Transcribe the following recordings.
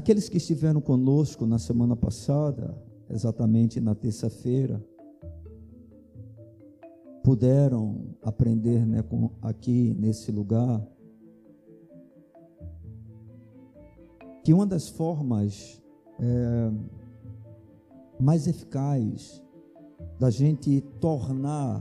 Aqueles que estiveram conosco na semana passada, exatamente na terça-feira, puderam aprender, né, aqui nesse lugar, que uma das formas mais eficazes da gente tornar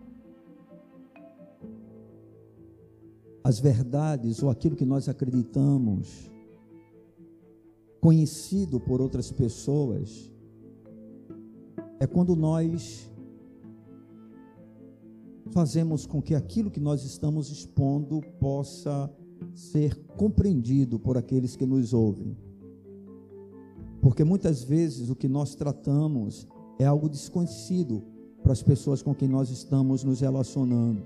as verdades ou aquilo que nós acreditamos conhecido por outras pessoas é quando nós fazemos com que aquilo que nós estamos expondo possa ser compreendido por aqueles que nos ouvem. Porque muitas vezes o que nós tratamos é algo desconhecido para as pessoas com quem nós estamos nos relacionando.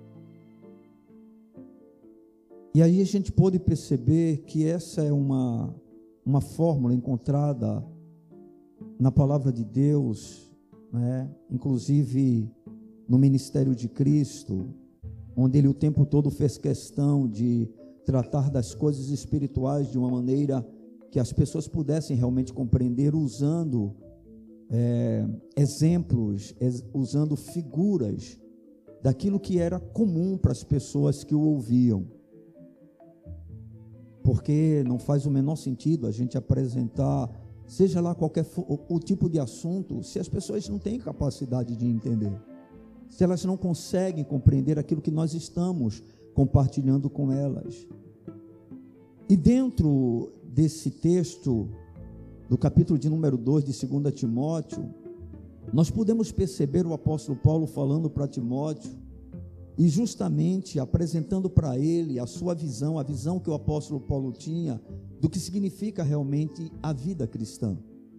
E aí a gente pôde perceber que essa é uma fórmula encontrada na palavra de Deus, né? Inclusive no ministério de Cristo, onde ele o tempo todo fez questão de tratar das coisas espirituais de uma maneira que as pessoas pudessem realmente compreender, usando exemplos, usando figuras daquilo que era comum para as pessoas que o ouviam. Porque não faz o menor sentido a gente apresentar, seja lá qualquer o tipo de assunto, se as pessoas não têm capacidade de entender, se elas não conseguem compreender aquilo que nós estamos compartilhando com elas. E dentro desse texto, do capítulo de número 2 de 2 Timóteo, nós podemos perceber o apóstolo Paulo falando para Timóteo, e justamente apresentando para ele a sua visão, a visão que o apóstolo Paulo tinha do que significa realmente a vida cristã.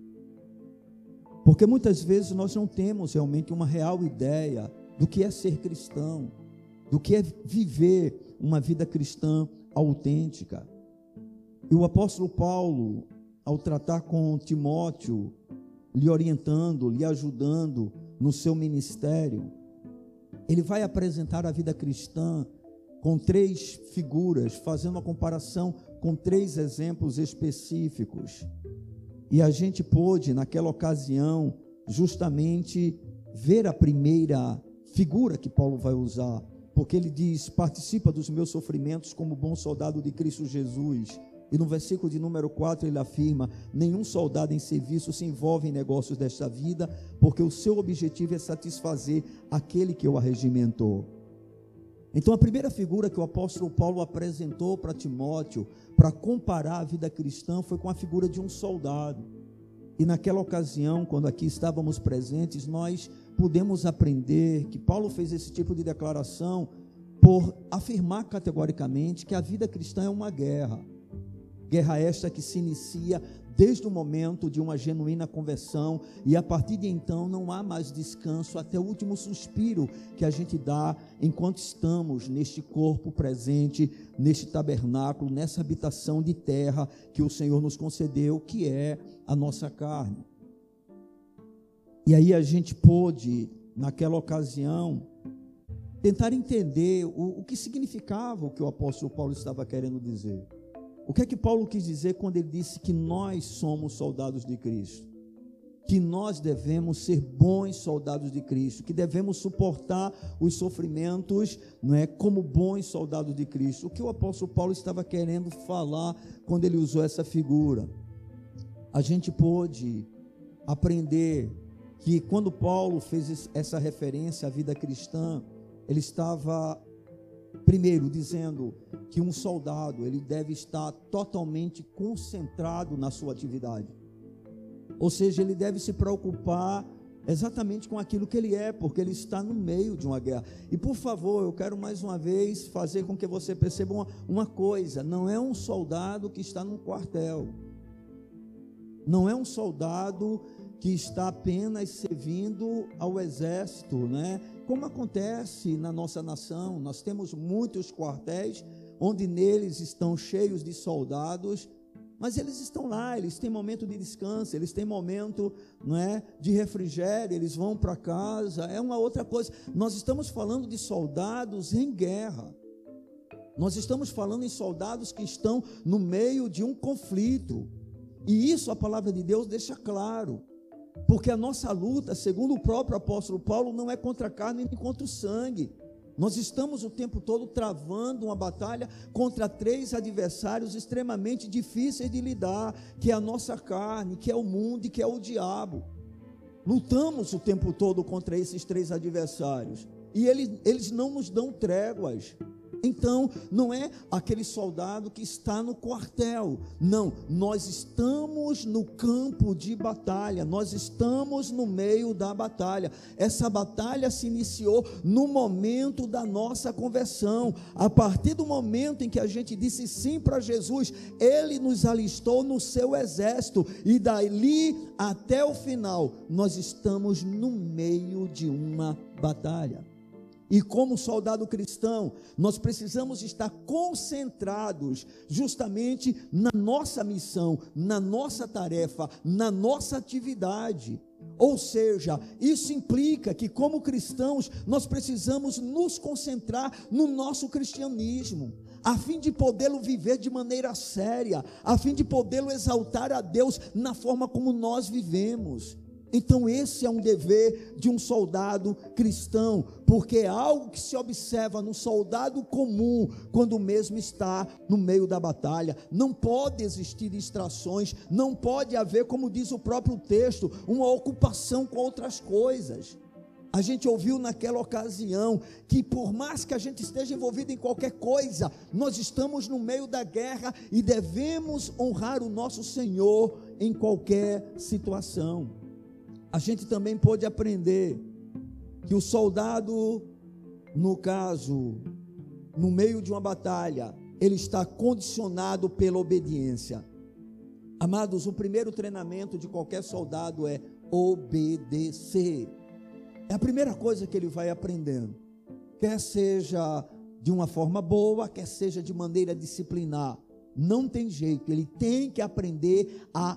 Porque muitas vezes nós não temos realmente uma real ideia do que é ser cristão, do que é viver uma vida cristã autêntica. E o apóstolo Paulo, ao tratar com Timóteo, lhe orientando, lhe ajudando no seu ministério, ele vai apresentar a vida cristã com 3 figuras, fazendo uma comparação com 3 exemplos específicos. E a gente pôde, naquela ocasião, justamente ver a primeira figura que Paulo vai usar, porque ele diz: participa dos meus sofrimentos como bom soldado de Cristo Jesus. E no versículo de número 4 ele afirma: nenhum soldado em serviço se envolve em negócios desta vida, porque o seu objetivo é satisfazer aquele que o arregimentou. Então a primeira figura que o apóstolo Paulo apresentou para Timóteo, para comparar a vida cristã, foi com a figura de um soldado. E naquela ocasião, quando aqui estávamos presentes, nós pudemos aprender que Paulo fez esse tipo de declaração por afirmar categoricamente que a vida cristã é uma guerra. Guerra esta que se inicia desde o momento de uma genuína conversão, e a partir de então não há mais descanso até o último suspiro que a gente dá enquanto estamos neste corpo presente, neste tabernáculo, nessa habitação de terra que o Senhor nos concedeu, que é a nossa carne. E aí a gente pôde, naquela ocasião, tentar entender o que significava o que o apóstolo Paulo estava querendo dizer. O que é que Paulo quis dizer quando ele disse que nós somos soldados de Cristo? Que nós devemos ser bons soldados de Cristo, que devemos suportar os sofrimentos, não é, como bons soldados de Cristo. O que o apóstolo Paulo estava querendo falar quando ele usou essa figura? A gente pôde aprender que quando Paulo fez essa referência à vida cristã, ele estava primeiro dizendo que um soldado, ele deve estar totalmente concentrado na sua atividade, ou seja, ele deve se preocupar exatamente com aquilo que ele é, porque ele está no meio de uma guerra. E por favor, eu quero mais uma vez fazer com que você perceba uma coisa: não é um soldado que está num quartel, não é um soldado que está apenas servindo ao exército, né? Como acontece na nossa nação, nós temos muitos quartéis, onde neles estão cheios de soldados, mas eles estão lá, eles têm momento de descanso, eles têm momento, não é, de refrigério, eles vão para casa, é uma outra coisa. Nós estamos falando de soldados em guerra, nós estamos falando em soldados que estão no meio de um conflito, E isso a palavra de Deus deixa claro, porque a nossa luta, segundo o próprio apóstolo Paulo, não é contra a carne nem contra o sangue. Nós estamos o tempo todo travando uma batalha contra 3 adversários extremamente difíceis de lidar, que é a nossa carne, que é o mundo e que é o diabo. Lutamos o tempo todo contra esses 3 adversários, e eles não nos dão tréguas. Então, não é aquele soldado que está no quartel, não, nós estamos no campo de batalha, nós estamos no meio da batalha. Essa batalha se iniciou no momento da nossa conversão. A partir do momento em que a gente disse sim para Jesus, Ele nos alistou no seu exército, e dali até o final, nós estamos no meio de uma batalha. E como soldado cristão, nós precisamos estar concentrados justamente na nossa missão, na nossa tarefa, na nossa atividade. Ou seja, isso implica que como cristãos, nós precisamos nos concentrar no nosso cristianismo, a fim de podê-lo viver de maneira séria, a fim de podê-lo exaltar a Deus na forma como nós vivemos. Então esse é um dever de um soldado cristão, porque é algo que se observa no soldado comum, quando o mesmo está no meio da batalha. Não pode existir distrações, não pode haver, como diz o próprio texto, uma ocupação com outras coisas. A gente ouviu naquela ocasião que por mais que a gente esteja envolvido em qualquer coisa, nós estamos no meio da guerra e devemos honrar o nosso Senhor em qualquer situação. A gente também pode aprender que o soldado, no caso, no meio de uma batalha, ele está condicionado pela obediência. Amados, o primeiro treinamento de qualquer soldado é obedecer. É a primeira coisa que ele vai aprendendo, quer seja de uma forma boa, quer seja de maneira disciplinar. Não tem jeito, ele tem que aprender a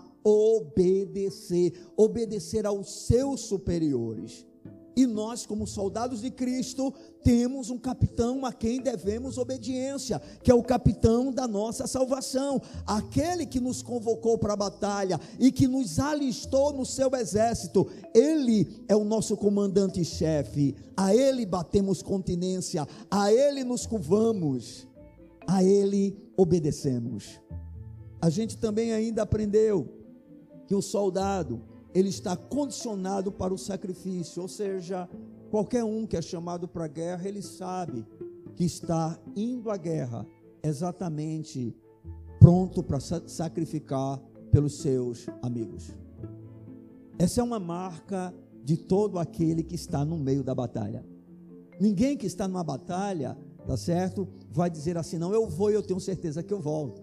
obedecer aos seus superiores. E nós, como soldados de Cristo, temos um capitão a quem devemos obediência, que é o capitão da nossa salvação, aquele que nos convocou para a batalha e que nos alistou no seu exército. Ele é o nosso comandante-chefe, a ele batemos continência, a ele nos curvamos, a ele obedecemos. A gente também ainda aprendeu que o soldado, ele está condicionado para o sacrifício, ou seja, qualquer um que é chamado para a guerra, ele sabe que está indo à guerra exatamente pronto para sacrificar pelos seus amigos. Essa é uma marca de todo aquele que está no meio da batalha. Ninguém que está numa batalha, tá certo, vai dizer assim, não, eu vou e eu tenho certeza que eu volto.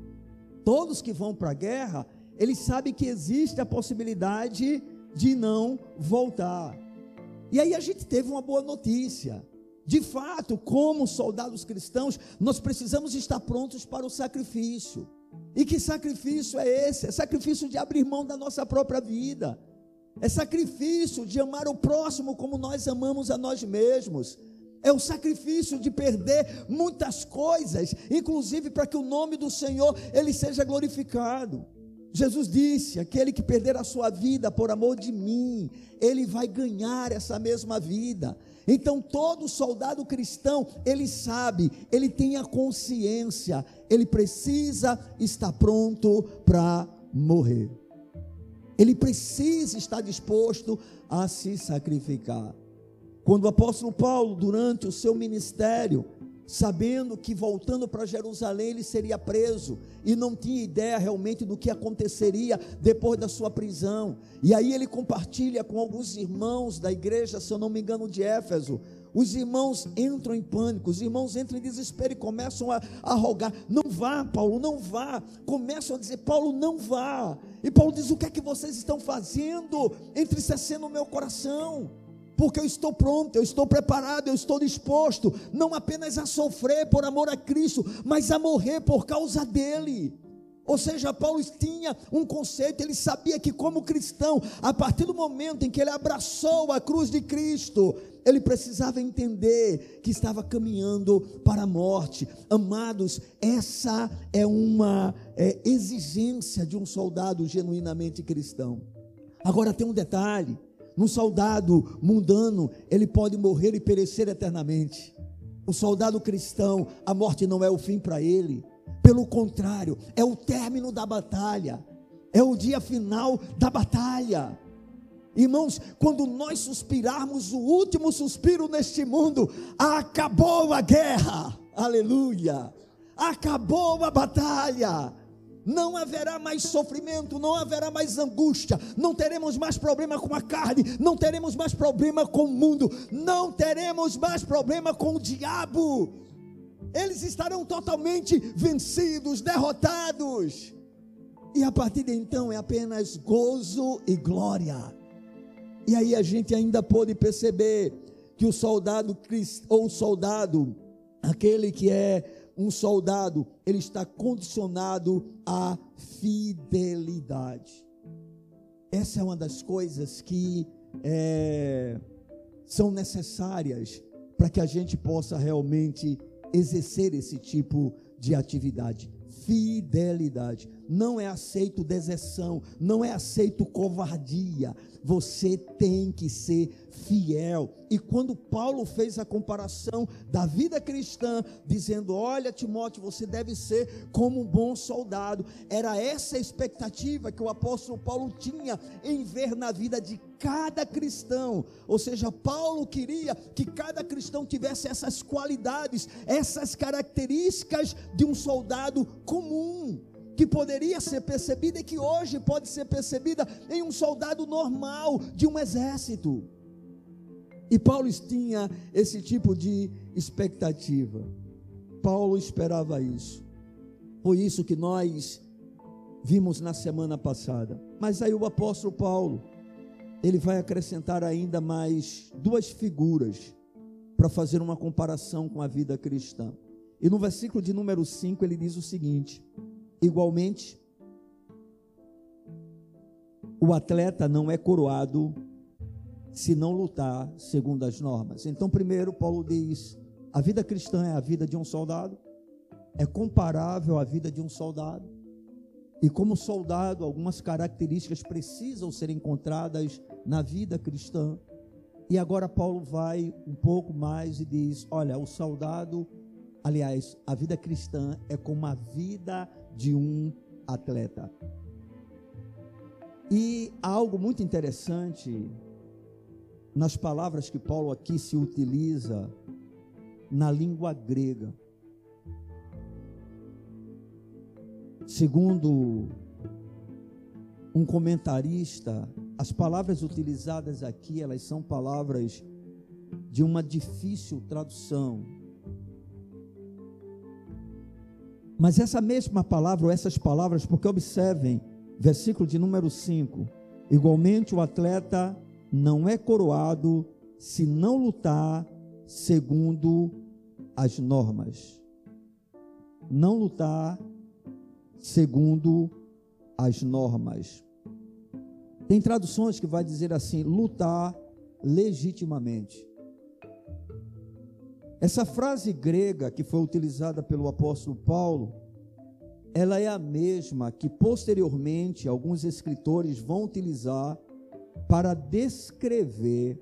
Todos que vão para a guerra, eles sabem que existe a possibilidade de não voltar. E aí a gente teve uma boa notícia. De fato, como soldados cristãos, nós precisamos estar prontos para o sacrifício. E que sacrifício é esse? É sacrifício de abrir mão da nossa própria vida. É sacrifício de amar o próximo como nós amamos a nós mesmos. É o sacrifício de perder muitas coisas, inclusive para que o nome do Senhor, ele seja glorificado. Jesus disse, aquele que perder a sua vida por amor de mim, ele vai ganhar essa mesma vida. Então todo soldado cristão, ele sabe, ele tem a consciência, ele precisa estar pronto para morrer. Ele precisa estar disposto a se sacrificar. Quando o apóstolo Paulo, durante o seu ministério, sabendo que voltando para Jerusalém ele seria preso, e não tinha ideia realmente do que aconteceria depois da sua prisão, e aí ele compartilha com alguns irmãos da igreja, se eu não me engano de Éfeso. Os irmãos entram em pânico, os irmãos entram em desespero e começam a rogar, não vá Paulo, não vá, começam a dizer, Paulo não vá, e Paulo diz, o que é que vocês estão fazendo, entristecendo o meu coração? Porque eu estou pronto, eu estou preparado, eu estou disposto, não apenas a sofrer por amor a Cristo, mas a morrer por causa dele. Ou seja, Paulo tinha um conceito, ele sabia que como cristão, a partir do momento em que ele abraçou a cruz de Cristo, ele precisava entender que estava caminhando para a morte. Amados, essa é uma exigência de um soldado genuinamente cristão. Agora tem um detalhe, um soldado mundano, ele pode morrer e perecer eternamente. O soldado cristão, a morte não é o fim para ele. Pelo contrário, é o término da batalha, é o dia final da batalha. Irmãos, quando nós suspirarmos o último suspiro neste mundo, acabou a guerra, aleluia, acabou a batalha, não haverá mais sofrimento, não haverá mais angústia, não teremos mais problema com a carne, não teremos mais problema com o mundo, não teremos mais problema com o diabo. Eles estarão totalmente vencidos, derrotados, e a partir de então é apenas gozo e glória. E aí a gente ainda pode perceber que o soldado, aquele que é um soldado, ele está condicionado à fidelidade. Essa é uma das coisas que são necessárias para que a gente possa realmente exercer esse tipo de atividade. Fidelidade. Não é aceito deserção, não é aceito covardia. Você tem que ser fiel. E quando Paulo fez a comparação da vida cristã, dizendo: olha, Timóteo, você deve ser como um bom soldado, era essa a expectativa que o apóstolo Paulo tinha em ver na vida de cada cristão. Ou seja, Paulo queria que cada cristão tivesse essas qualidades, essas características de um soldado comum, que poderia ser percebida e que hoje pode ser percebida em um soldado normal de um exército. E Paulo tinha esse tipo de expectativa. Paulo esperava isso. Foi isso que nós vimos na semana passada. Mas aí o apóstolo Paulo, ele vai acrescentar ainda mais duas figuras para fazer uma comparação com a vida cristã. E no versículo de número 5 ele diz o seguinte: igualmente, o atleta não é coroado se não lutar segundo as normas. Então, primeiro, Paulo diz: a vida cristã é a vida de um soldado, é comparável à vida de um soldado, e como soldado, algumas características precisam ser encontradas na vida cristã. E agora Paulo vai um pouco mais e diz: olha, o soldado, aliás, a vida cristã é como a vida de um atleta. E há algo muito interessante nas palavras que Paulo aqui se utiliza na língua grega. Segundo um comentarista, as palavras utilizadas aqui, elas são palavras de uma difícil tradução. Mas essa mesma palavra, ou essas palavras, porque observem, versículo de número 5, igualmente o atleta não é coroado se não lutar segundo as normas. Não lutar segundo as normas. Tem traduções que vai dizer assim: lutar legitimamente. Essa frase grega que foi utilizada pelo apóstolo Paulo, ela é a mesma que posteriormente alguns escritores vão utilizar para descrever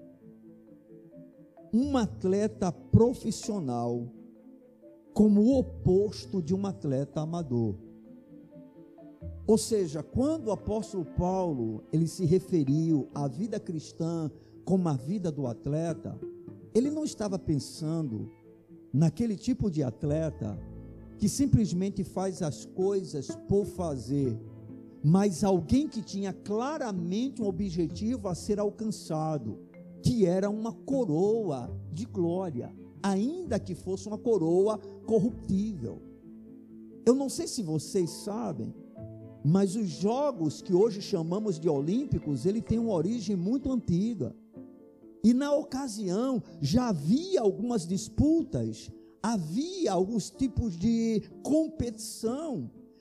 um atleta profissional como o oposto de um atleta amador. Ou seja, quando o apóstolo Paulo, ele se referiu à vida cristã como a vida do atleta, ele não estava pensando naquele tipo de atleta que simplesmente faz as coisas por fazer, mas alguém que tinha claramente um objetivo a ser alcançado, que era uma coroa de glória, ainda que fosse uma coroa corruptível. Eu não sei se vocês sabem, mas os jogos que hoje chamamos de olímpicos, ele tem uma origem muito antiga. E na ocasião já havia algumas disputas, havia alguns tipos de competição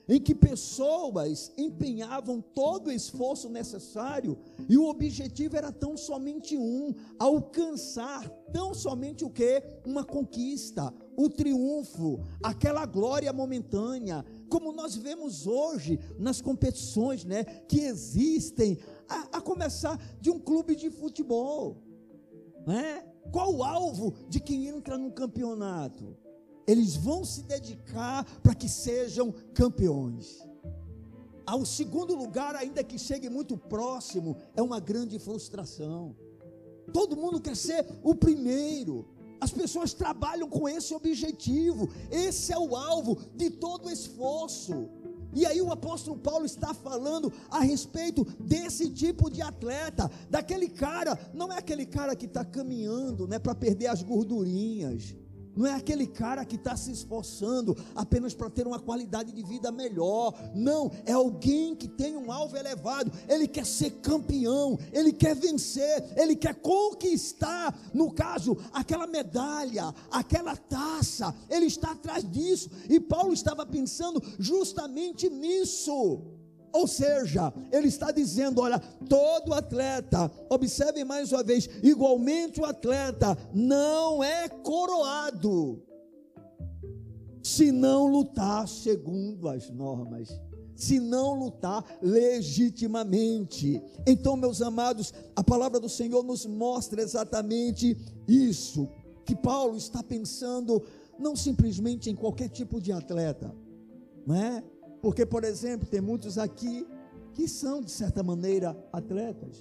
em que pessoas empenhavam todo o esforço necessário e o objetivo era tão somente alcançar tão somente o quê? Uma conquista, o triunfo, aquela glória momentânea, como nós vemos hoje nas competições, né, que existem, a começar de um clube de futebol, né? Qual o alvo de quem entra num campeonato? Eles vão se dedicar para que sejam campeões. Ao segundo lugar, ainda que chegue muito próximo, é uma grande frustração. Todo mundo quer ser o primeiro. As pessoas trabalham com esse objetivo. Esse é o alvo de todo o esforço. E aí o apóstolo Paulo está falando a respeito desse tipo de atleta, daquele cara, não é aquele cara que está caminhando, né, para perder as gordurinhas. Não é aquele cara que está se esforçando apenas para ter uma qualidade de vida melhor. Não, é alguém que tem um alvo elevado. Ele quer ser campeão, ele quer vencer, ele quer conquistar, no caso, aquela medalha, aquela taça. Ele está atrás disso. E Paulo estava pensando justamente nisso. Ou seja, ele está dizendo, olha, todo atleta, observem mais uma vez, igualmente o atleta não é coroado se não lutar segundo as normas, se não lutar legitimamente. Então, meus amados, a palavra do Senhor nos mostra exatamente isso, que Paulo está pensando não simplesmente em qualquer tipo de atleta, não é? Porque, por exemplo, tem muitos aqui que são, de certa maneira, atletas,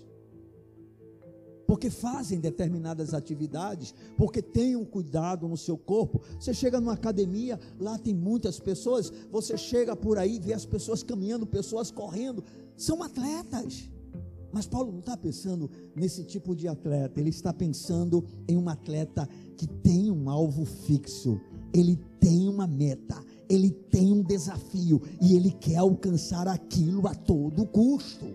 porque fazem determinadas atividades, porque têm um cuidado no seu corpo. Você chega numa academia, lá tem muitas pessoas, você chega por aí, vê as pessoas caminhando, pessoas correndo, são atletas. Mas Paulo não está pensando nesse tipo de atleta, ele está pensando em um atleta que tem um alvo fixo, ele tem uma meta, ele tem um desafio e ele quer alcançar aquilo a todo custo.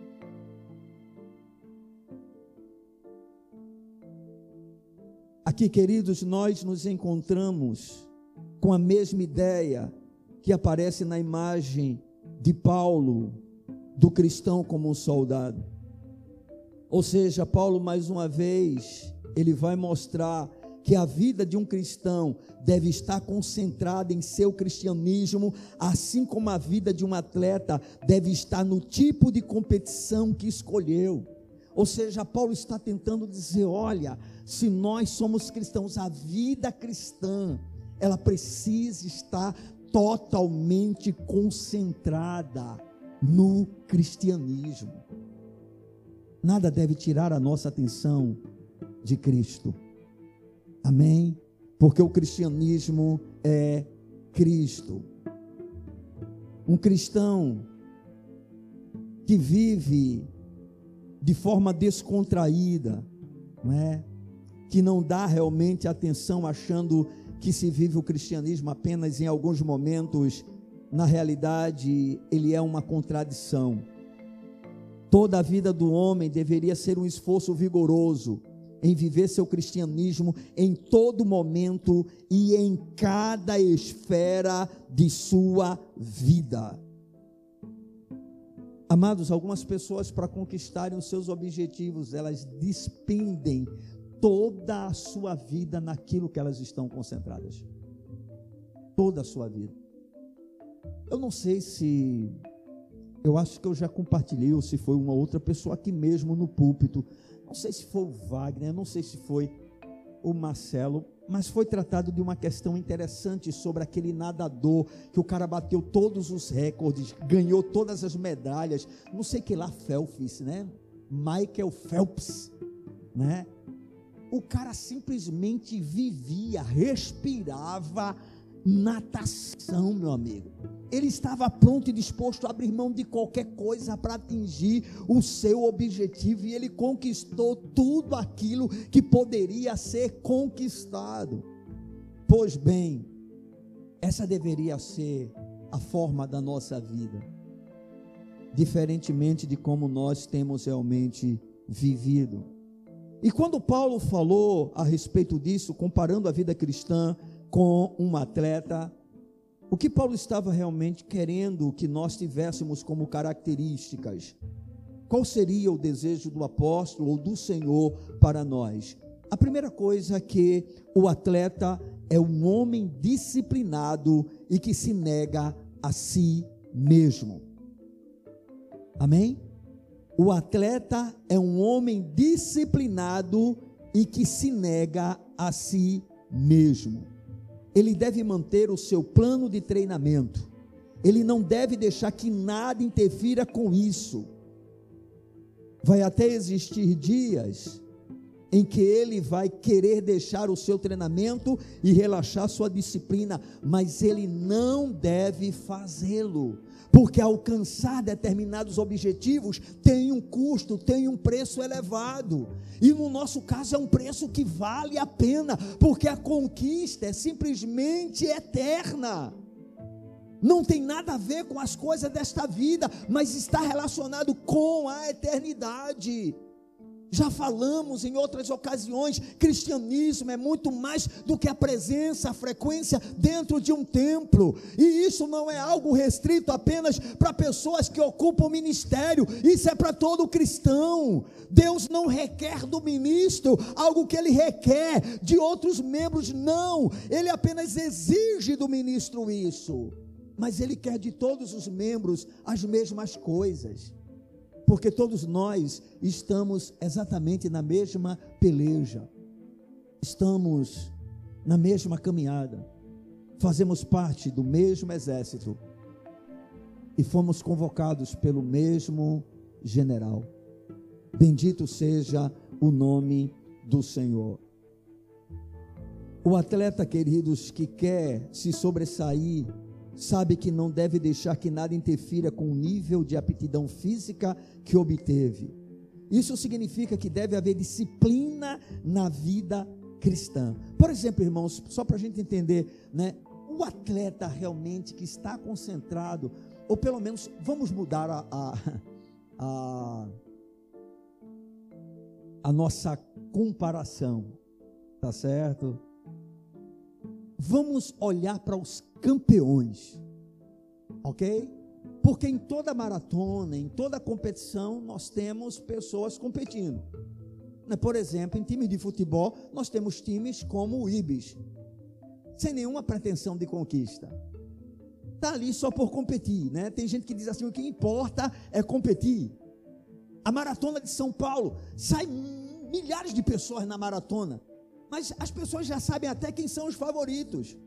Aqui, queridos, nós nos encontramos com a mesma ideia que aparece na imagem de Paulo, do cristão como um soldado. Ou seja, Paulo, mais uma vez, ele vai mostrar que a vida de um cristão deve estar concentrada em seu cristianismo, assim como a vida de um atleta deve estar no tipo de competição que escolheu. Ou seja, Paulo está tentando dizer, olha, se nós somos cristãos, a vida cristã, ela precisa estar totalmente concentrada no cristianismo. Nada deve tirar a nossa atenção de Cristo. Amém? Porque o cristianismo é Cristo. Um cristão que vive de forma descontraída, não é? Que não dá realmente atenção, achando que se vive o cristianismo apenas em alguns momentos, na realidade ele é uma contradição. Toda a vida do homem deveria ser um esforço vigoroso em viver seu cristianismo em todo momento e em cada esfera de sua vida. Amados, algumas pessoas, para conquistarem os seus objetivos, elas despendem toda a sua vida naquilo que elas estão concentradas. Toda a sua vida. Eu não sei se, eu acho que eu já compartilhei, ou se foi uma outra pessoa aqui mesmo no púlpito, não sei se foi o Wagner, não sei se foi o Marcelo, mas foi tratado de uma questão interessante sobre aquele nadador, que o cara bateu todos os recordes, ganhou todas as medalhas, não sei que lá, Phelps, né? Michael Phelps, né? O cara simplesmente vivia, respirava natação, meu amigo. Ele estava pronto e disposto a abrir mão de qualquer coisa para atingir o seu objetivo, e ele conquistou tudo aquilo que poderia ser conquistado. Pois bem, essa deveria ser a forma da nossa vida, diferentemente de como nós temos realmente vivido. E quando Paulo falou a respeito disso, comparando a vida cristã com um atleta, O que Paulo estava realmente querendo que nós tivéssemos como características? Qual seria o desejo do apóstolo ou do Senhor para nós? A primeira coisa é que o atleta é um homem disciplinado e que se nega a si mesmo. Amém? O atleta é um homem disciplinado e que se nega a si mesmo. Ele deve manter o seu plano de treinamento. Ele não deve deixar que nada interfira com isso. Vai até existir dias em que ele vai querer deixar o seu treinamento e relaxar sua disciplina, mas ele não deve fazê-lo, porque alcançar determinados objetivos tem um custo, tem um preço elevado, e no nosso caso é um preço que vale a pena, porque a conquista é simplesmente eterna, não tem nada a ver com as coisas desta vida, mas está relacionado com a eternidade. Já falamos em outras ocasiões, cristianismo é muito mais do que a presença, a frequência dentro de um templo, e isso não é algo restrito apenas para pessoas que ocupam o ministério, isso é para todo cristão. Deus não requer do ministro algo que ele requer de outros membros, não, ele apenas exige do ministro isso, mas ele quer de todos os membros as mesmas coisas, porque todos nós estamos exatamente na mesma peleja, estamos na mesma caminhada, fazemos parte do mesmo exército e fomos convocados pelo mesmo general. Bendito seja o nome do Senhor. O atleta, queridos, que quer se sobressair, sabe que não deve deixar que nada interfira com o nível de aptidão física que obteve. Isso significa que deve haver disciplina na vida cristã. Por exemplo, irmãos, só para a gente entender, né? O atleta realmente que está concentrado, ou pelo menos vamos mudar a nossa comparação, tá certo? Vamos olhar para os campeões, ok? Porque em toda maratona, em toda competição, nós temos pessoas competindo. Por exemplo, em time de futebol, nós temos times como o Ibis, sem nenhuma pretensão de conquista. Está ali só por competir, né? Tem gente que diz assim, o que importa é competir. A maratona de São Paulo, sai milhares de pessoas na maratona, mas as pessoas já sabem até quem são os favoritos,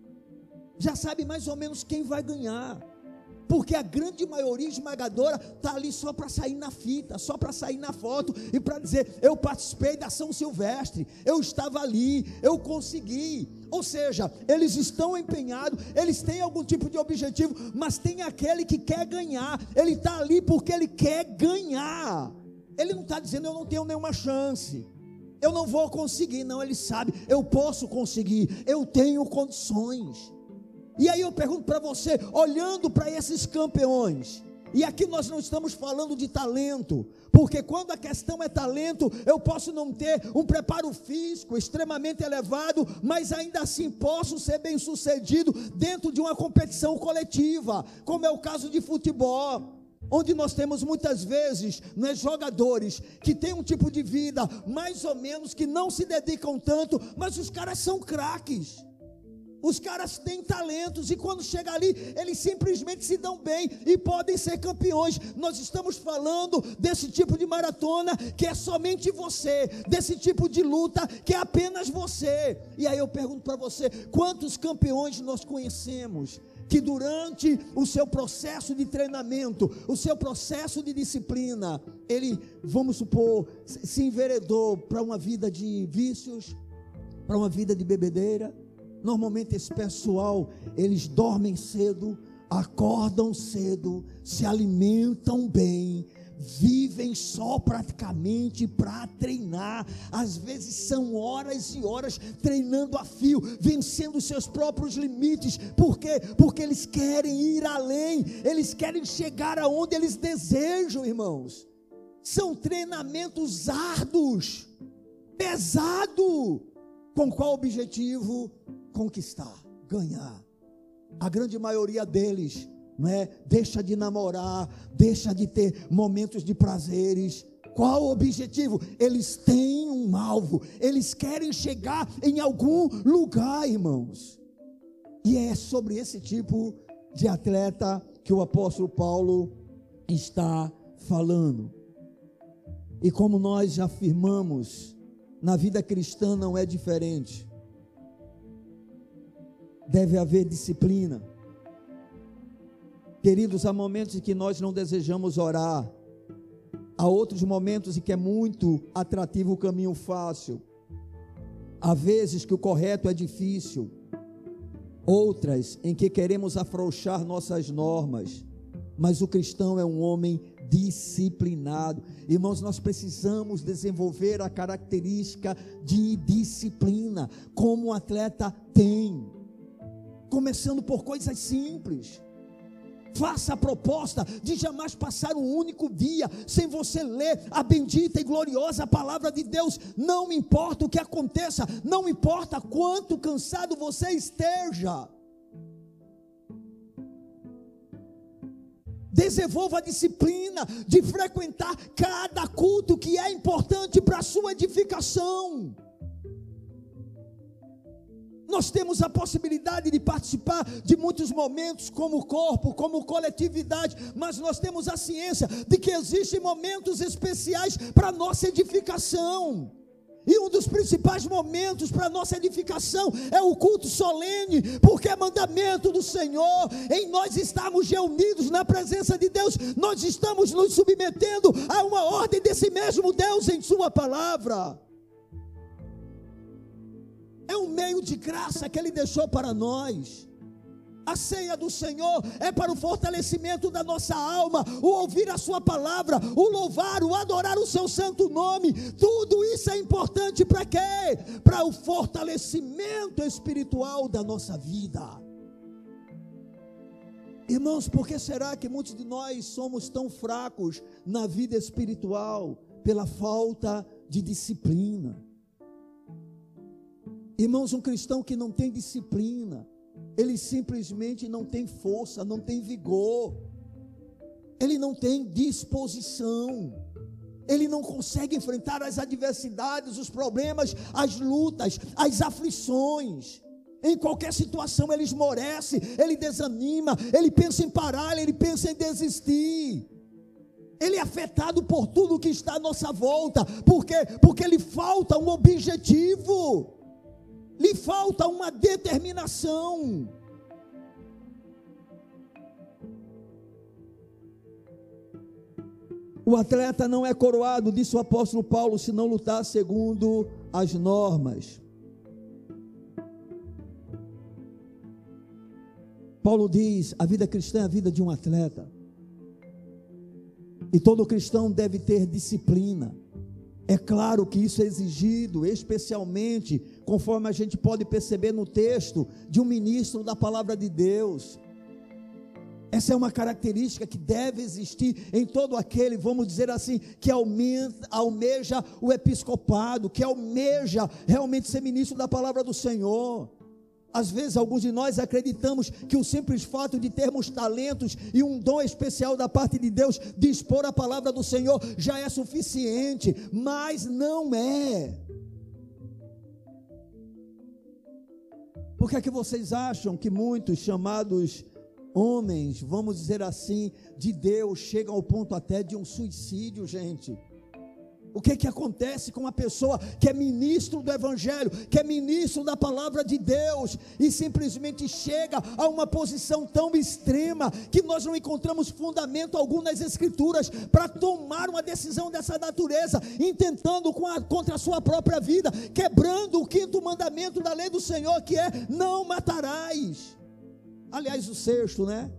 já sabem mais ou menos quem vai ganhar, porque a grande maioria esmagadora está ali só para sair na fita, só para sair na foto, e para dizer, eu participei da São Silvestre, eu estava ali, eu consegui. Ou seja, eles estão empenhados, eles têm algum tipo de objetivo, mas tem aquele que quer ganhar, ele está ali porque ele quer ganhar, ele não está dizendo, eu não tenho nenhuma chance, eu não vou conseguir, não, ele sabe, eu posso conseguir, eu tenho condições. E aí eu pergunto para você, olhando para esses campeões, e aqui nós não estamos falando de talento, porque quando a questão é talento, eu posso não ter um preparo físico extremamente elevado, mas ainda assim posso ser bem sucedido dentro de uma competição coletiva, como é o caso de futebol, onde nós temos muitas vezes, né, jogadores que têm um tipo de vida mais ou menos, que não se dedicam tanto, mas os caras são craques, os caras têm talentos, e quando chega ali, eles simplesmente se dão bem, e podem ser campeões. Nós estamos falando desse tipo de maratona, que é somente você, desse tipo de luta, que é apenas você. E aí eu pergunto para você, quantos campeões nós conhecemos, que durante o seu processo de treinamento, o seu processo de disciplina, ele, vamos supor, se enveredou para uma vida de vícios, para uma vida de bebedeira. Normalmente esse pessoal, eles dormem cedo, acordam cedo, se alimentam bem, vivem só praticamente para treinar, às vezes são horas e horas treinando a fio, vencendo seus próprios limites. Por quê? Porque eles querem ir além, eles querem chegar aonde eles desejam, irmãos. São treinamentos árduos, pesado. Com qual objetivo? Conquistar, ganhar. A grande maioria deles, não é? Deixa de namorar, deixa de ter momentos de prazeres. Qual o objetivo? Eles têm um alvo, eles querem chegar em algum lugar, irmãos. E é sobre esse tipo de atleta que o apóstolo Paulo está falando. E como nós já afirmamos, na vida cristã não é diferente. Deve haver disciplina. Queridos, há momentos em que nós não desejamos orar. Há outros momentos em que é muito atrativo o caminho fácil. Há vezes que o correto é difícil. Outras em que queremos afrouxar nossas normas. Mas o cristão é um homem disciplinado. Irmãos, nós precisamos desenvolver a característica de disciplina, como um atleta tem. Começando por coisas simples. Faça a proposta de jamais passar um único dia sem você ler a bendita e gloriosa palavra de Deus. Não importa o que aconteça, não importa quanto cansado você esteja. Desenvolva a disciplina de frequentar cada culto que é importante para a sua edificação. Nós temos a possibilidade de participar de muitos momentos como corpo, como coletividade, mas nós temos a ciência de que existem momentos especiais para a nossa edificação. E um dos principais momentos para a nossa edificação é o culto solene, porque é mandamento do Senhor, em nós estarmos reunidos na presença de Deus, nós estamos nos submetendo a uma ordem desse mesmo Deus em sua palavra. É um meio de graça que Ele deixou para nós. A ceia do Senhor é para o fortalecimento da nossa alma, o ouvir a sua palavra, o louvar, o adorar o seu santo nome. Tudo isso é importante para quê? Para o fortalecimento espiritual da nossa vida. Irmãos, por que será que muitos de nós somos tão fracos na vida espiritual? Pela falta de disciplina. Irmãos, um cristão que não tem disciplina, ele simplesmente não tem força, não tem vigor, ele não tem disposição, ele não consegue enfrentar as adversidades, os problemas, as lutas, as aflições. Em qualquer situação ele esmorece, ele desanima, ele pensa em parar, ele pensa em desistir. Ele é afetado por tudo que está à nossa volta. Por quê? Porque lhe falta um objetivo. Lhe falta uma determinação. O atleta não é coroado, disse o apóstolo Paulo, se não lutar segundo as normas. Paulo diz, a vida cristã é a vida de um atleta. E todo cristão deve ter disciplina. É claro que isso é exigido, especialmente, conforme a gente pode perceber no texto, de um ministro da palavra de Deus. Essa é uma característica que deve existir em todo aquele, vamos dizer assim, que almeja o episcopado, que almeja realmente ser ministro da palavra do Senhor. Às vezes alguns de nós acreditamos que o simples fato de termos talentos e um dom especial da parte de Deus de expor a palavra do Senhor já é suficiente, mas não é. Por que é que vocês acham que muitos chamados homens, vamos dizer assim, de Deus, chegam ao ponto até de um suicídio, gente? O que acontece com uma pessoa que é ministro do Evangelho, que é ministro da palavra de Deus, e simplesmente chega a uma posição tão extrema, que nós não encontramos fundamento algum nas Escrituras, para tomar uma decisão dessa natureza, intentando contra a sua própria vida, quebrando o 5º mandamento da lei do Senhor, que é, não matarás. Aliás, o 6º, né?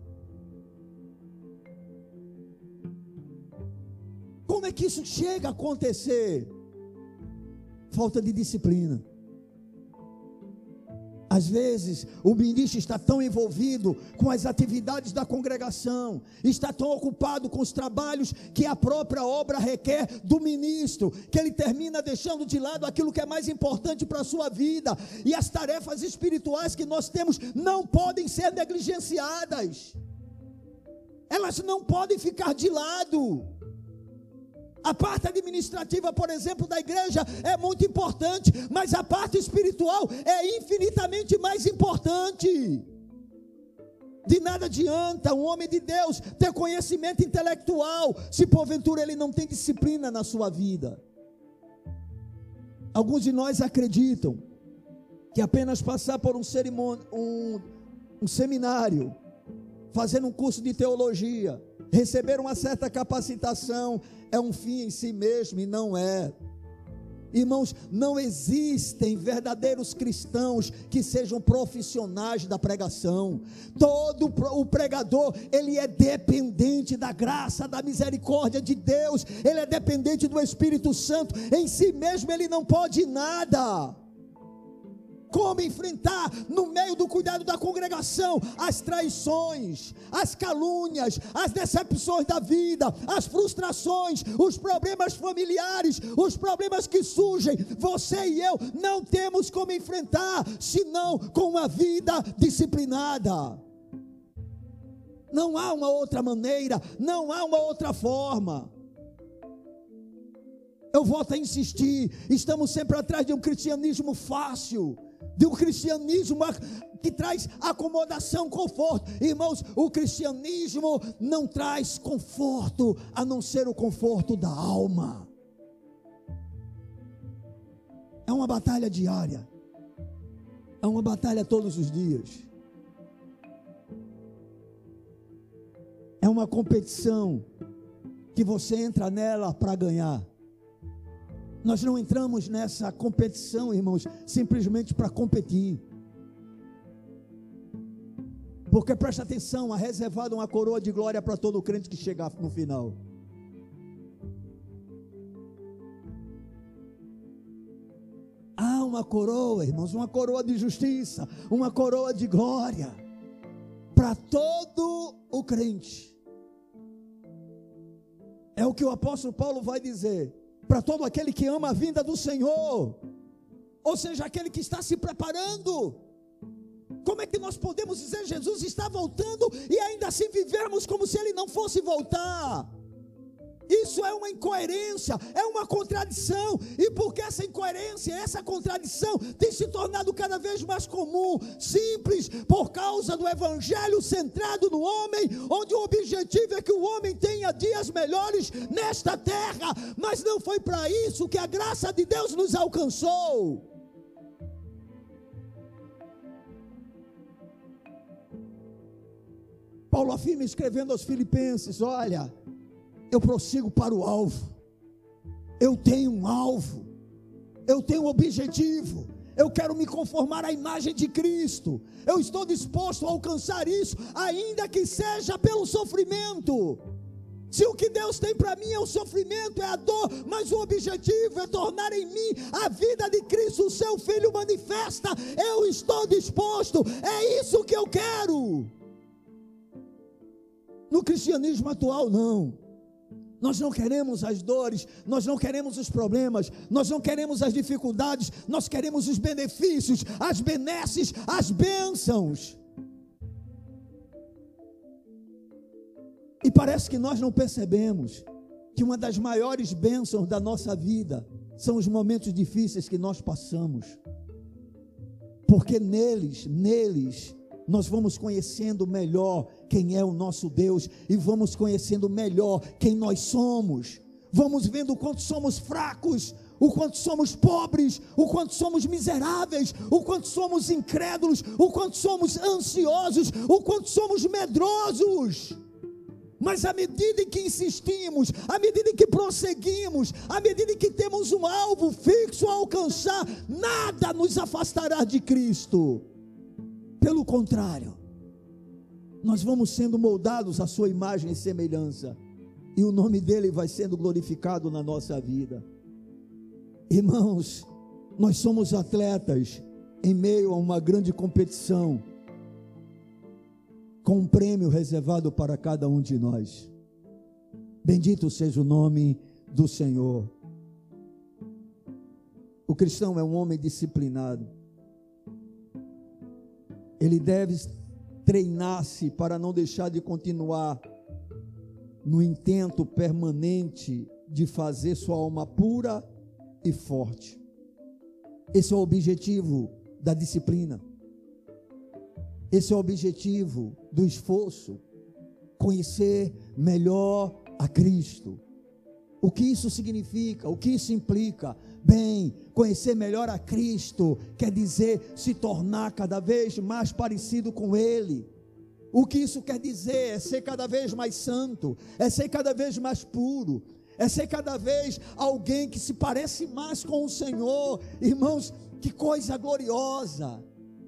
Como é que isso chega a acontecer? Falta de disciplina. Às vezes, o ministro está tão envolvido com as atividades da congregação, está tão ocupado com os trabalhos que a própria obra requer do ministro, que ele termina deixando de lado aquilo que é mais importante para a sua vida. E as tarefas espirituais que nós temos não podem ser negligenciadas, elas não podem ficar de lado. A parte administrativa, por exemplo, da igreja é muito importante, mas a parte espiritual é infinitamente mais importante. De nada adianta um homem de Deus ter conhecimento intelectual, se porventura ele não tem disciplina na sua vida. Alguns de nós acreditam que apenas passar por um seminário, fazer um curso de teologia, receber uma certa capacitação, é um fim em si mesmo, e não é. Irmãos, não existem verdadeiros cristãos que sejam profissionais da pregação. Todo o pregador, ele é dependente da graça, da misericórdia de Deus, ele é dependente do Espírito Santo. Em si mesmo ele não pode nada. Como enfrentar, no meio do cuidado da congregação, as traições, as calúnias, as decepções da vida, as frustrações, os problemas familiares, os problemas que surgem? Você e eu não temos como enfrentar, senão com uma vida disciplinada. Não há uma outra maneira, não há uma outra forma. Eu volto a insistir, estamos sempre atrás de um cristianismo fácil, de um cristianismo que traz acomodação, conforto. Irmãos, o cristianismo não traz conforto, a não ser o conforto da alma. É uma batalha diária, é uma batalha todos os dias, é uma competição que você entra nela para ganhar. Nós não entramos nessa competição, irmãos, simplesmente para competir. Porque presta atenção, há reservado uma coroa de glória para todo crente que chegar no final. Há uma coroa, irmãos, uma coroa de justiça, uma coroa de glória para todo o crente. É o que o apóstolo Paulo vai dizer: para todo aquele que ama a vinda do Senhor, ou seja, aquele que está se preparando. Como é que nós podemos dizer Jesus está voltando e ainda assim vivermos como se ele não fosse voltar? Isso é uma incoerência, é uma contradição. E porque essa incoerência, essa contradição tem se tornado cada vez mais comum, simples, por causa do evangelho centrado no homem, onde o objetivo é que o homem tenha dias melhores nesta terra, mas não foi para isso que a graça de Deus nos alcançou. Paulo afirma, escrevendo aos Filipenses: olha, eu prossigo para o alvo, eu tenho um alvo, eu tenho um objetivo, eu quero me conformar à imagem de Cristo, eu estou disposto a alcançar isso, ainda que seja pelo sofrimento. Se o que Deus tem para mim é o sofrimento, é a dor, mas o objetivo é tornar em mim a vida de Cristo, o seu Filho manifesta, eu estou disposto, é isso que eu quero. No cristianismo atual, não. Nós não queremos as dores, nós não queremos os problemas, nós não queremos as dificuldades, nós queremos os benefícios, as benesses, as bênçãos. E parece que nós não percebemos que uma das maiores bênçãos da nossa vida são os momentos difíceis que nós passamos, porque neles nós vamos conhecendo melhor quem é o nosso Deus, e vamos conhecendo melhor quem nós somos, vamos vendo o quanto somos fracos, o quanto somos pobres, o quanto somos miseráveis, o quanto somos incrédulos, o quanto somos ansiosos, o quanto somos medrosos. Mas à medida em que insistimos, à medida em que prosseguimos, à medida em que temos um alvo fixo a alcançar, nada nos afastará de Cristo. Pelo contrário, nós vamos sendo moldados à sua imagem e semelhança, e o nome dele vai sendo glorificado na nossa vida. Irmãos, nós somos atletas em meio a uma grande competição, com um prêmio reservado para cada um de nós. Bendito seja o nome do Senhor. O cristão é um homem disciplinado. Ele deve treinar-se para não deixar de continuar no intento permanente de fazer sua alma pura e forte. Esse é o objetivo da disciplina. Esse é o objetivo do esforço. Conhecer melhor a Cristo. O que isso significa? O que isso implica? Bem, conhecer melhor a Cristo quer dizer se tornar cada vez mais parecido com Ele. O que isso quer dizer? É ser cada vez mais santo, é ser cada vez mais puro, é ser cada vez alguém que se parece mais com o Senhor. Irmãos, que coisa gloriosa,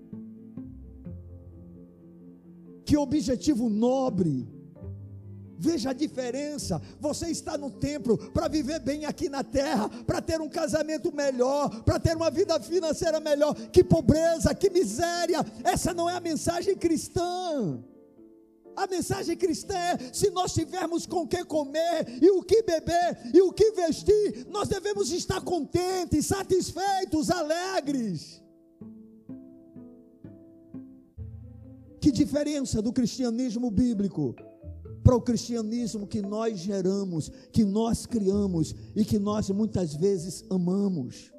que objetivo nobre. Veja a diferença. Você está no templo para viver bem aqui na terra, para ter um casamento melhor, para ter uma vida financeira melhor. Que pobreza, que miséria. Essa não é a mensagem cristã. A mensagem cristã é: se nós tivermos com o que comer, e o que beber, e o que vestir, nós devemos estar contentes, satisfeitos, alegres. Que diferença do cristianismo bíblico para o cristianismo que nós geramos, que nós criamos e que nós muitas vezes amamos.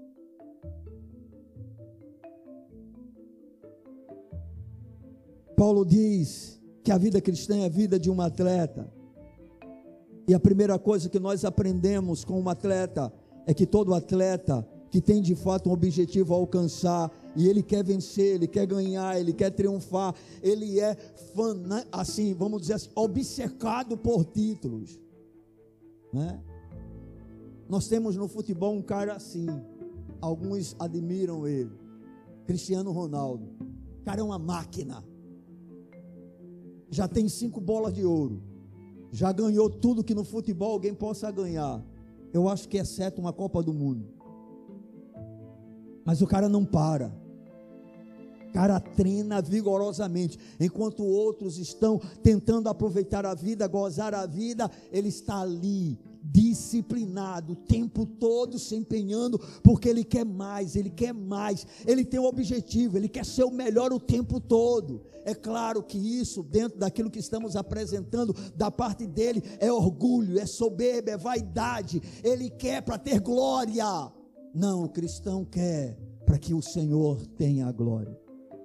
Paulo diz que a vida cristã é a vida de um atleta. E a primeira coisa que nós aprendemos com um atleta é que todo atleta que tem de fato um objetivo a alcançar, e ele quer vencer, ele quer ganhar, ele quer triunfar, ele é assim, vamos dizer assim, obcecado por títulos, né? Nós temos no futebol um cara assim, alguns admiram ele, Cristiano Ronaldo. O cara é uma máquina, já tem 5 bolas de ouro, já ganhou tudo que no futebol alguém possa ganhar, eu acho que exceto uma Copa do Mundo. Mas o cara não para, o cara treina vigorosamente, enquanto outros estão tentando aproveitar a vida, gozar a vida, ele está ali, disciplinado, o tempo todo se empenhando, porque ele quer mais, ele tem um objetivo, ele quer ser o melhor o tempo todo. É claro que isso, dentro daquilo que estamos apresentando, da parte dele, é orgulho, é soberba, é vaidade, ele quer para ter glória. Não, o cristão quer para que o Senhor tenha a glória.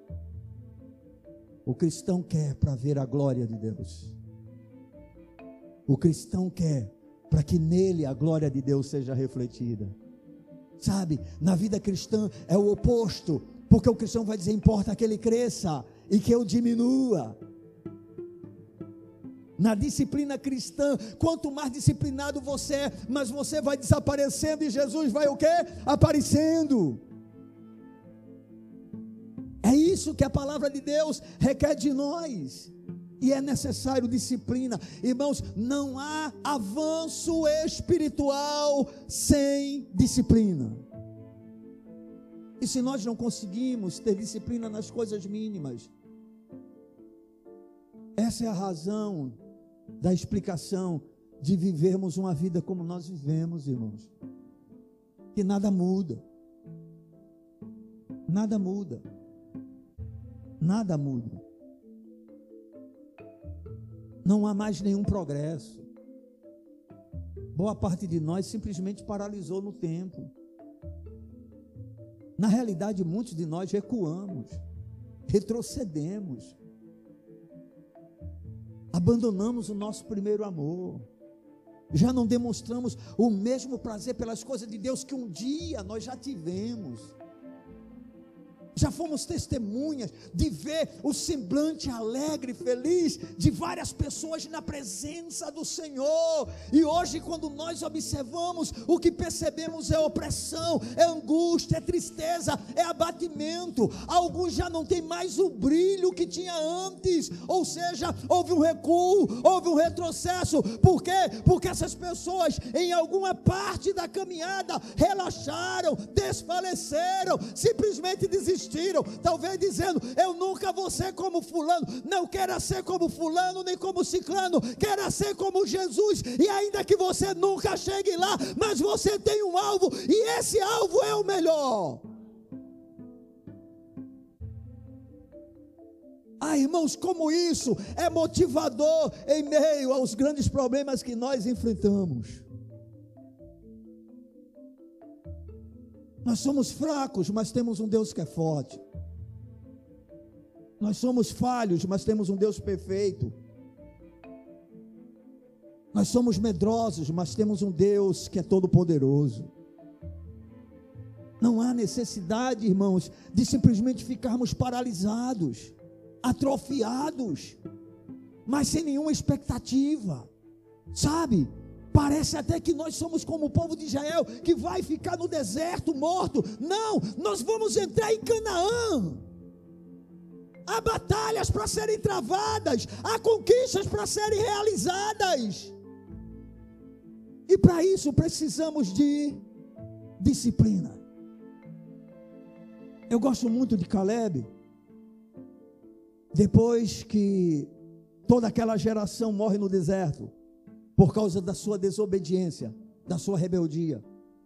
O cristão quer para ver a glória de Deus. O cristão quer para que nele a glória de Deus seja refletida. Sabe, na vida cristã é o oposto, porque o cristão vai dizer: importa que ele cresça e que eu diminua. Na disciplina cristã, quanto mais disciplinado você é, mas você vai desaparecendo e Jesus vai o quê? Aparecendo. É isso que a palavra de Deus requer de nós. E é necessário disciplina. Irmãos, não há avanço espiritual sem disciplina. E se nós não conseguimos ter disciplina nas coisas mínimas, essa é a razão da explicação de vivermos uma vida como nós vivemos, irmãos. Que nada muda. Nada muda. Nada muda. Não há mais nenhum progresso. Boa parte de nós simplesmente paralisou no tempo. Na realidade, muitos de nós recuamos, retrocedemos, abandonamos o nosso primeiro amor, já não demonstramos o mesmo prazer pelas coisas de Deus que um dia nós já tivemos. Já fomos testemunhas de ver o semblante alegre e feliz de várias pessoas na presença do Senhor. E hoje, quando nós observamos, o que percebemos é opressão, é angústia, é tristeza, é abatimento. Alguns já não têm mais o brilho que tinha antes. Ou seja, houve um recuo, houve um retrocesso. Por quê? Porque essas pessoas, em alguma parte da caminhada, relaxaram, desfaleceram, simplesmente desistiram desistiram, talvez dizendo: eu nunca vou ser como fulano, não quero ser como fulano, nem como ciclano, quero ser como Jesus. E ainda que você nunca chegue lá, mas você tem um alvo, e esse alvo é o melhor. Irmãos, como isso é motivador em meio aos grandes problemas que nós enfrentamos. Nós somos fracos, mas temos um Deus que é forte. Nós somos falhos, mas temos um Deus perfeito. Nós somos medrosos, mas temos um Deus que é todo-poderoso. Não há necessidade, irmãos, de simplesmente ficarmos paralisados, atrofiados, mas sem nenhuma expectativa, sabe? Parece até que nós somos como o povo de Israel, que vai ficar no deserto morto. Não, nós vamos entrar em Canaã. Há batalhas para serem travadas, há conquistas para serem realizadas, e para isso precisamos de disciplina. Eu gosto muito de Caleb. Depois que toda aquela geração morre no deserto, por causa da sua desobediência, da sua rebeldia.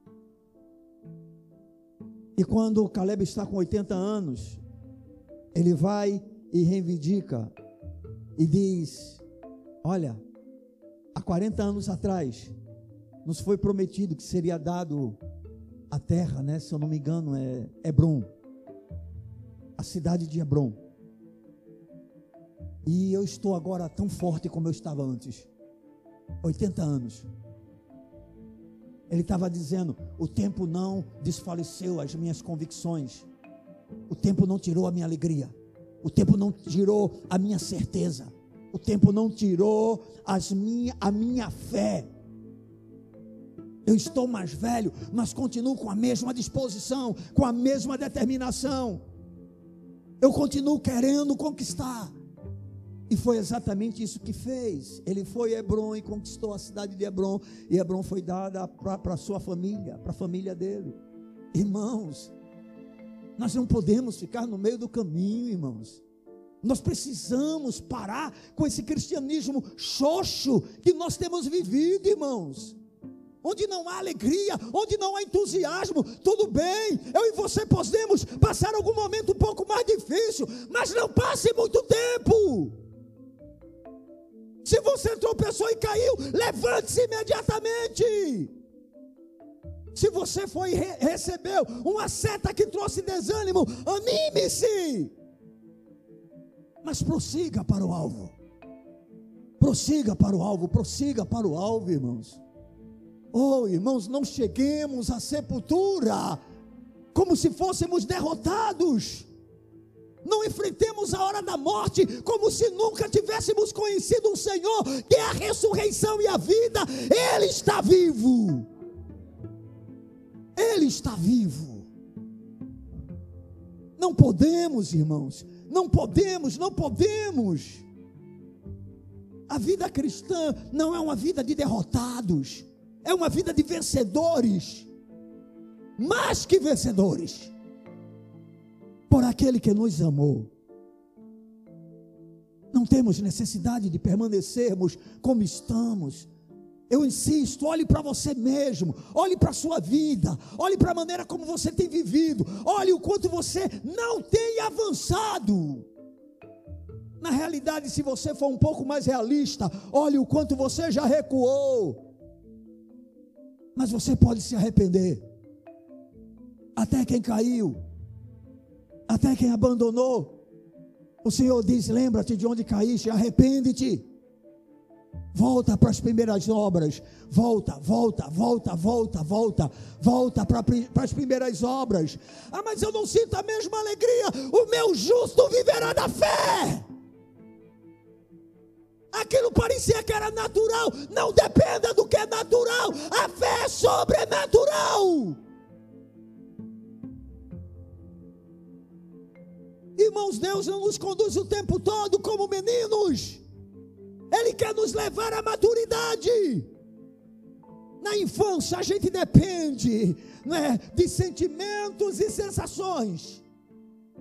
E quando Caleb está com 80 anos, ele vai e reivindica, e diz: olha, há 40 anos atrás, nos foi prometido que seria dado a terra, né? Se eu não me engano é Hebrom, a cidade de Hebrom. E eu estou agora tão forte como eu estava antes. 80 anos. Ele estava dizendo: o tempo não desfaleceu as minhas convicções, o tempo não tirou a minha alegria, o tempo não tirou a minha certeza, o tempo não tirou a minha fé. Eu estou mais velho, mas continuo com a mesma disposição, com a mesma determinação. Eu continuo querendo conquistar. E foi exatamente isso que fez. Ele foi a Hebrom e conquistou a cidade de Hebrom. E Hebrom foi dada para a sua família, para a família dele. Irmãos, nós não podemos ficar no meio do caminho, irmãos. Nós precisamos parar com esse cristianismo xoxo que nós temos vivido, irmãos. Onde não há alegria, onde não há entusiasmo. Tudo bem, eu e você podemos passar algum momento um pouco mais difícil, mas não passe muito tempo. Se você tropeçou e caiu, levante-se imediatamente. Se você foi recebeu uma seta que trouxe desânimo, anime-se. Mas prossiga para o alvo. Prossiga para o alvo, prossiga para o alvo, irmãos. Oh, irmãos, não cheguemos à sepultura como se fôssemos derrotados. Não enfrentemos a hora da morte como se nunca tivéssemos conhecido um Senhor, que é a ressurreição e a vida. Ele está vivo. Ele está vivo. Não podemos, irmãos, não podemos. A vida cristã não é uma vida de derrotados, é uma vida de vencedores, mais que vencedores, por aquele que nos amou. Não temos necessidade de permanecermos como estamos. Eu insisto, olhe para você mesmo, olhe para a sua vida, olhe para a maneira como você tem vivido, olhe o quanto você não tem avançado. Na realidade, se você for um pouco mais realista, olhe o quanto você já recuou. Mas você pode se arrepender. Até quem caiu, até quem abandonou, o Senhor diz: lembra-te de onde caíste, arrepende-te. Volta para as primeiras obras. Volta para as primeiras obras. Mas eu não sinto a mesma alegria. O meu justo viverá da fé. Aquilo parecia que era natural. Não dependa do que é natural. A fé é sobrenatural. Irmãos, Deus não nos conduz o tempo todo como meninos. Ele quer nos levar à maturidade. Na infância a gente depende, né, de sentimentos e sensações.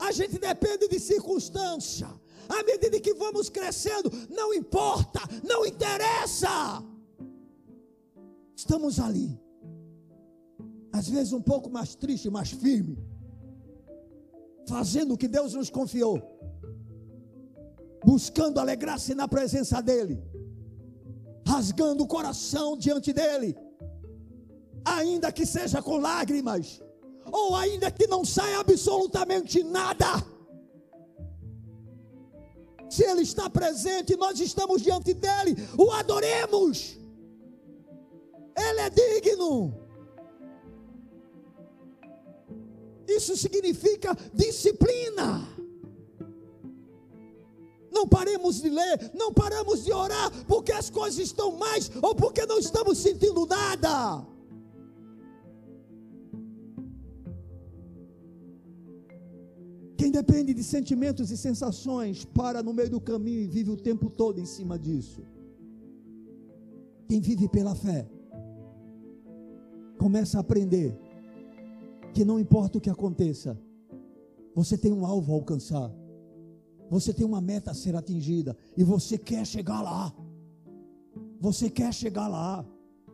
A gente depende de circunstância. À medida que vamos crescendo, não importa, não interessa. Estamos ali. Às vezes um pouco mais triste, mais firme, fazendo o que Deus nos confiou, buscando alegrar-se na presença dEle, rasgando o coração diante dEle, ainda que seja com lágrimas, ou ainda que não saia absolutamente nada. Se Ele está presente, nós estamos diante dEle, o adoremos. Ele é digno. Isso significa disciplina. Não paremos de ler, não paramos de orar, porque as coisas estão mais, ou porque não estamos sentindo nada. Quem depende de sentimentos e sensações, para no meio do caminho e vive o tempo todo em cima disso. Quem vive pela fé, começa a aprender que não importa o que aconteça, você tem um alvo a alcançar, você tem uma meta a ser atingida, e você quer chegar lá, você quer chegar lá.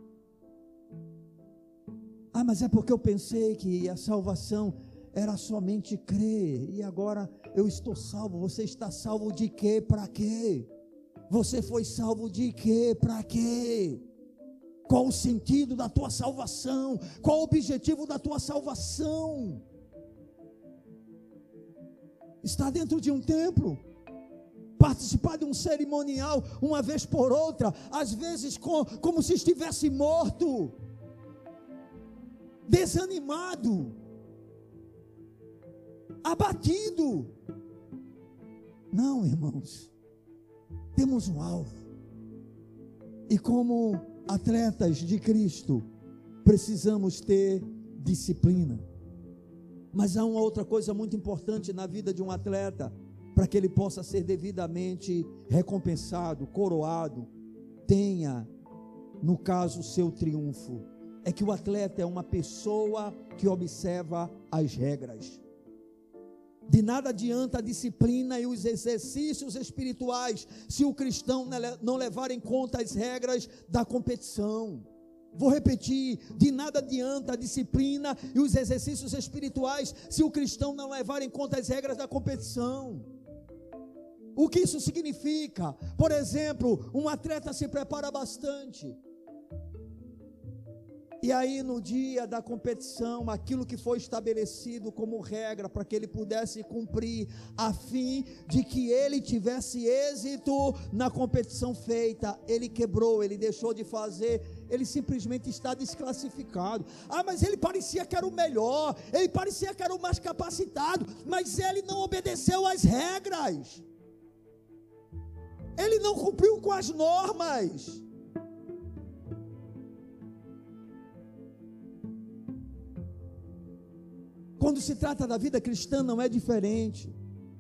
Ah, mas é porque eu pensei que a salvação era somente crer, e agora eu estou salvo. Você está salvo de quê? Para quê? Você foi salvo de quê? Para quê? Qual o sentido da tua salvação? Qual o objetivo da tua salvação? Estar dentro de um templo, participar de um cerimonial uma vez por outra, às vezes como se estivesse morto, desanimado, abatido. Não, irmãos, temos um alvo, e como atletas de Cristo, precisamos ter disciplina. Mas há uma outra coisa muito importante na vida de um atleta, para que ele possa ser devidamente recompensado, coroado, tenha, no caso, seu triunfo. É que o atleta é uma pessoa que observa as regras. De nada adianta a disciplina e os exercícios espirituais se o cristão não levar em conta as regras da competição. Vou repetir: de nada adianta a disciplina e os exercícios espirituais se o cristão não levar em conta as regras da competição. O que isso significa? Por exemplo, um atleta se prepara bastante, e aí no dia da competição, aquilo que foi estabelecido como regra para que ele pudesse cumprir, a fim de que ele tivesse êxito na competição feita, ele quebrou, ele deixou de fazer, ele simplesmente está desclassificado. Ah, mas ele parecia que era o melhor, ele parecia que era o mais capacitado, mas ele não obedeceu às regras, ele não cumpriu com as normas. Quando se trata da vida cristã, não é diferente.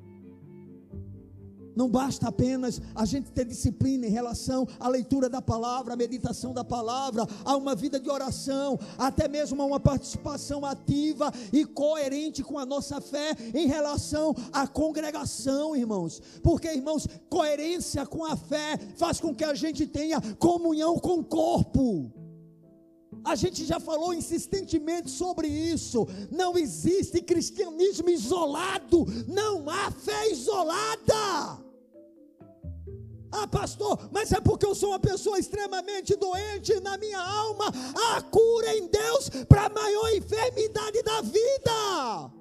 Não basta apenas a gente ter disciplina em relação à leitura da palavra, à meditação da palavra, a uma vida de oração, até mesmo a uma participação ativa e coerente com a nossa fé em relação à congregação, irmãos. Porque, irmãos, coerência com a fé faz com que a gente tenha comunhão com o corpo. A gente já falou insistentemente sobre isso. Não existe cristianismo isolado, não há fé isolada. Ah, pastor, mas é porque eu sou uma pessoa extremamente doente na minha alma. Há cura em Deus para a maior enfermidade da vida.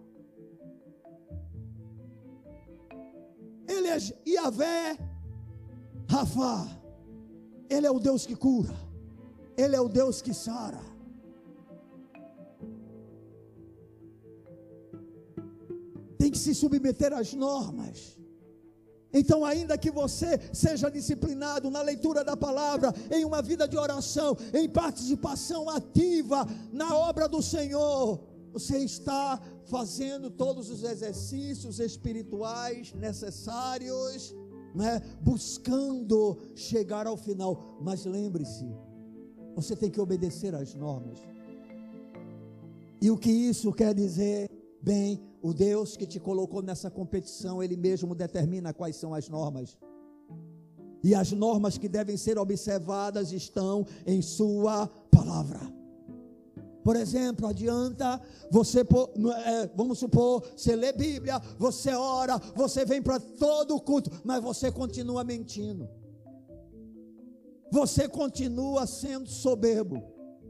Ele é Yahvé Rafa. Ele é o Deus que cura. Ele é o Deus que sara. Tem que se submeter às normas. Então, ainda que você seja disciplinado na leitura da palavra, em uma vida de oração, em participação ativa na obra do Senhor, você está fazendo todos os exercícios espirituais necessários, né? Buscando chegar ao final. Mas lembre-se, você tem que obedecer às normas. E o que isso quer dizer? Bem, O Deus que te colocou nessa competição, Ele mesmo determina quais são as normas. E as normas que devem ser observadas estão em sua palavra. Por exemplo, adianta você, vamos supor, você lê Bíblia, você ora, você vem para todo o culto, mas você continua mentindo. Você continua sendo soberbo.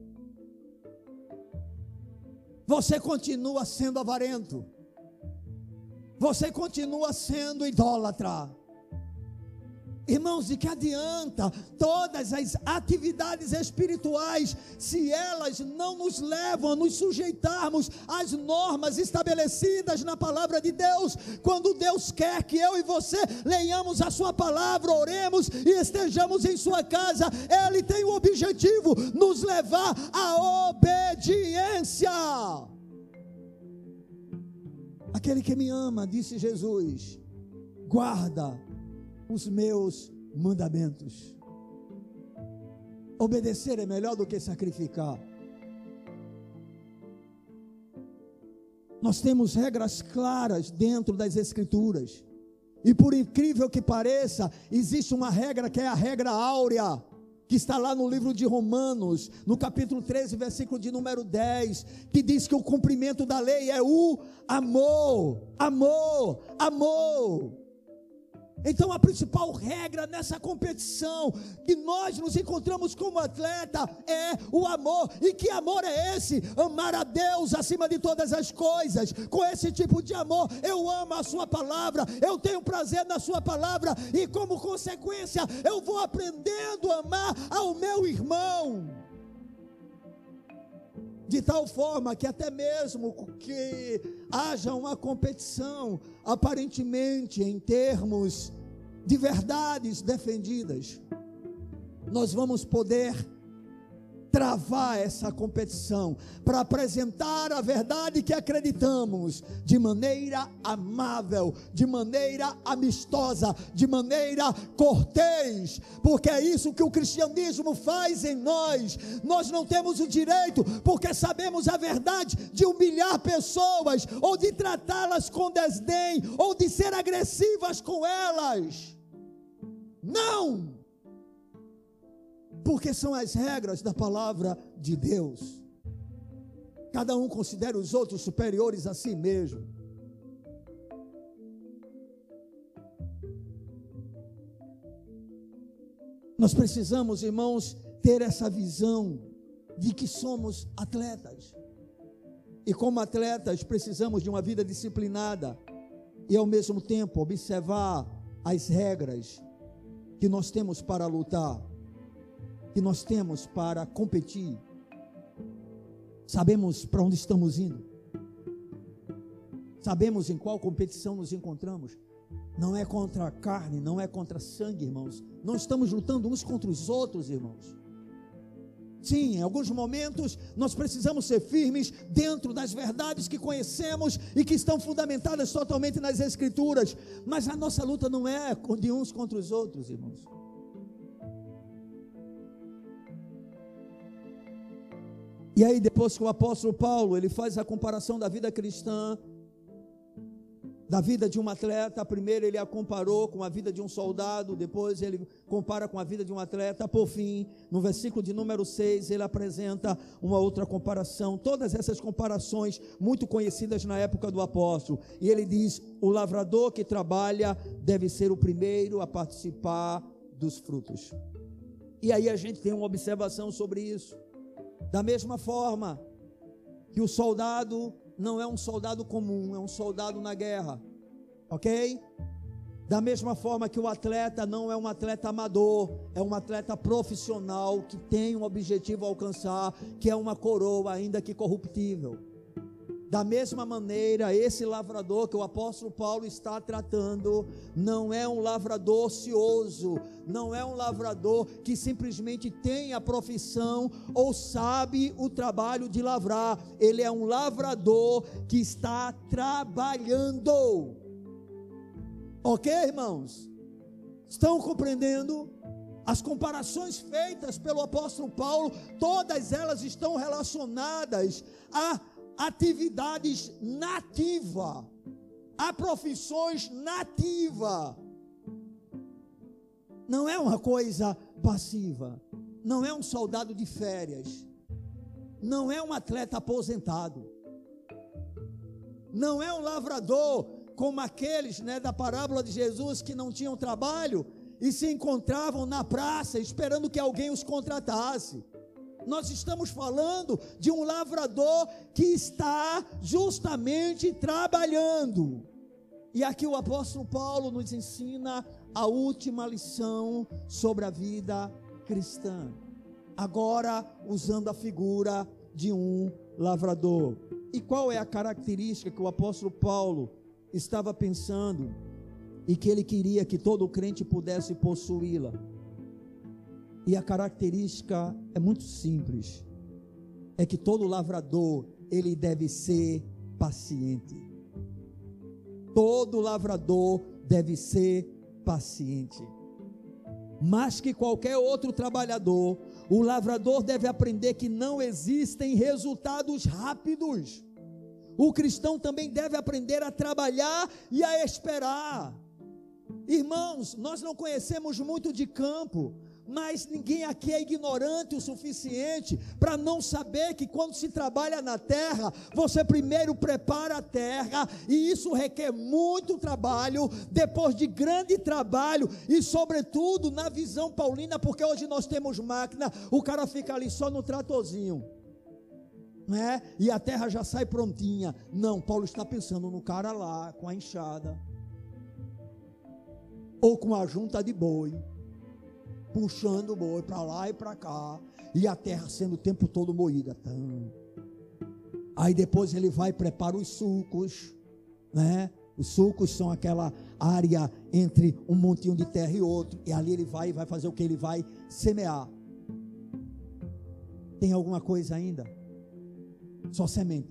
Você continua sendo avarento. Você continua sendo idólatra. Irmãos, de que adianta todas as atividades espirituais se elas não nos levam a nos sujeitarmos às normas estabelecidas na palavra de Deus? Quando Deus quer que eu e você leiamos a sua palavra, oremos e estejamos em sua casa, Ele tem o objetivo de nos levar à obediência. Aquele que me ama, disse Jesus, guarda os meus mandamentos. Obedecer é melhor do que sacrificar. Nós temos regras claras dentro das Escrituras. E por incrível que pareça, existe uma regra que é a regra áurea, que está lá no livro de Romanos, no capítulo 13, versículo de número 10, que diz que o cumprimento da lei é o amor, amor, amor. Então a principal regra nessa competição que nós nos encontramos como atleta é o amor. E que amor é esse? Amar a Deus acima de todas as coisas. Com esse tipo de amor eu amo a sua palavra, eu tenho prazer na sua palavra, e como consequência eu vou aprendendo a amar ao meu irmão, de tal forma que até mesmo que haja uma competição, aparentemente em termos de verdades defendidas, nós vamos poder travar essa competição para apresentar a verdade que acreditamos de maneira amável, de maneira amistosa, de maneira cortês, porque é isso que o cristianismo faz em nós. Nós não temos o direito, porque sabemos a verdade, de humilhar pessoas, ou de tratá-las com desdém, ou de ser agressivas com elas. Não! Porque são as regras da palavra de Deus. Cada um considera os outros superiores a si mesmo. Nós precisamos, irmãos, ter essa visão de que somos atletas. E como atletas precisamos de uma vida disciplinada e ao mesmo tempo observar as regras que nós temos para lutar, que nós temos para competir. Sabemos para onde estamos indo. Sabemos em qual competição nos encontramos. Não é contra a carne, não é contra sangue, irmãos. Não estamos lutando uns contra os outros, irmãos. Sim, em alguns momentos nós precisamos ser firmes dentro das verdades que conhecemos e que estão fundamentadas totalmente nas Escrituras, mas a nossa luta não é de uns contra os outros, irmãos. E aí depois que o apóstolo Paulo, ele faz a comparação da vida cristã, da vida de um atleta. Primeiro ele a comparou com a vida de um soldado, depois ele compara com a vida de um atleta. Por fim, no versículo de número 6, ele apresenta uma outra comparação, todas essas comparações muito conhecidas na época do apóstolo, e ele diz: o lavrador que trabalha deve ser o primeiro a participar dos frutos. E aí a gente tem uma observação sobre isso. Da mesma forma que o soldado não é um soldado comum, é um soldado na guerra, ok? Da mesma forma que o atleta não é um atleta amador, é um atleta profissional que tem um objetivo a alcançar, que é uma coroa, ainda que corruptível. Da mesma maneira, esse lavrador que o apóstolo Paulo está tratando, não é um lavrador ocioso, não é um lavrador que simplesmente tem a profissão ou sabe o trabalho de lavrar. Ele é um lavrador que está trabalhando. Ok, irmãos? Estão compreendendo? As comparações feitas pelo apóstolo Paulo, todas elas estão relacionadas atividades nativas, há profissões nativas. Não é uma coisa passiva, não é um soldado de férias, não é um atleta aposentado, não é um lavrador como aqueles, da parábola de Jesus, que não tinham trabalho e se encontravam na praça esperando que alguém os contratasse. Nós estamos falando de um lavrador que está justamente trabalhando. E aqui o apóstolo Paulo nos ensina a última lição sobre a vida cristã, agora usando a figura de um lavrador. E qual é a característica que o apóstolo Paulo estava pensando e que ele queria que todo crente pudesse possuí-la? E a característica é muito simples, é que todo lavrador, ele deve ser paciente. Todo lavrador deve ser paciente. Mais que qualquer outro trabalhador, o lavrador deve aprender que não existem resultados rápidos. O cristão também deve aprender a trabalhar e a esperar. Irmãos, nós não conhecemos muito de campo, mas ninguém aqui é ignorante o suficiente para não saber que quando se trabalha na terra, você primeiro prepara a terra, e isso requer muito trabalho, depois de grande trabalho, e sobretudo na visão paulina, porque hoje nós temos máquina, o cara fica ali só no tratorzinho, e a terra já sai prontinha. Não, Paulo está pensando no cara lá, com a enxada, ou com a junta de boi, puxando o boi para lá e para cá, e a terra sendo o tempo todo moída. Aí depois ele vai e prepara os sulcos, Os sulcos são aquela área entre um montinho de terra e outro, e ali ele vai fazer o que? Ele vai semear. Tem alguma coisa ainda? Só semente.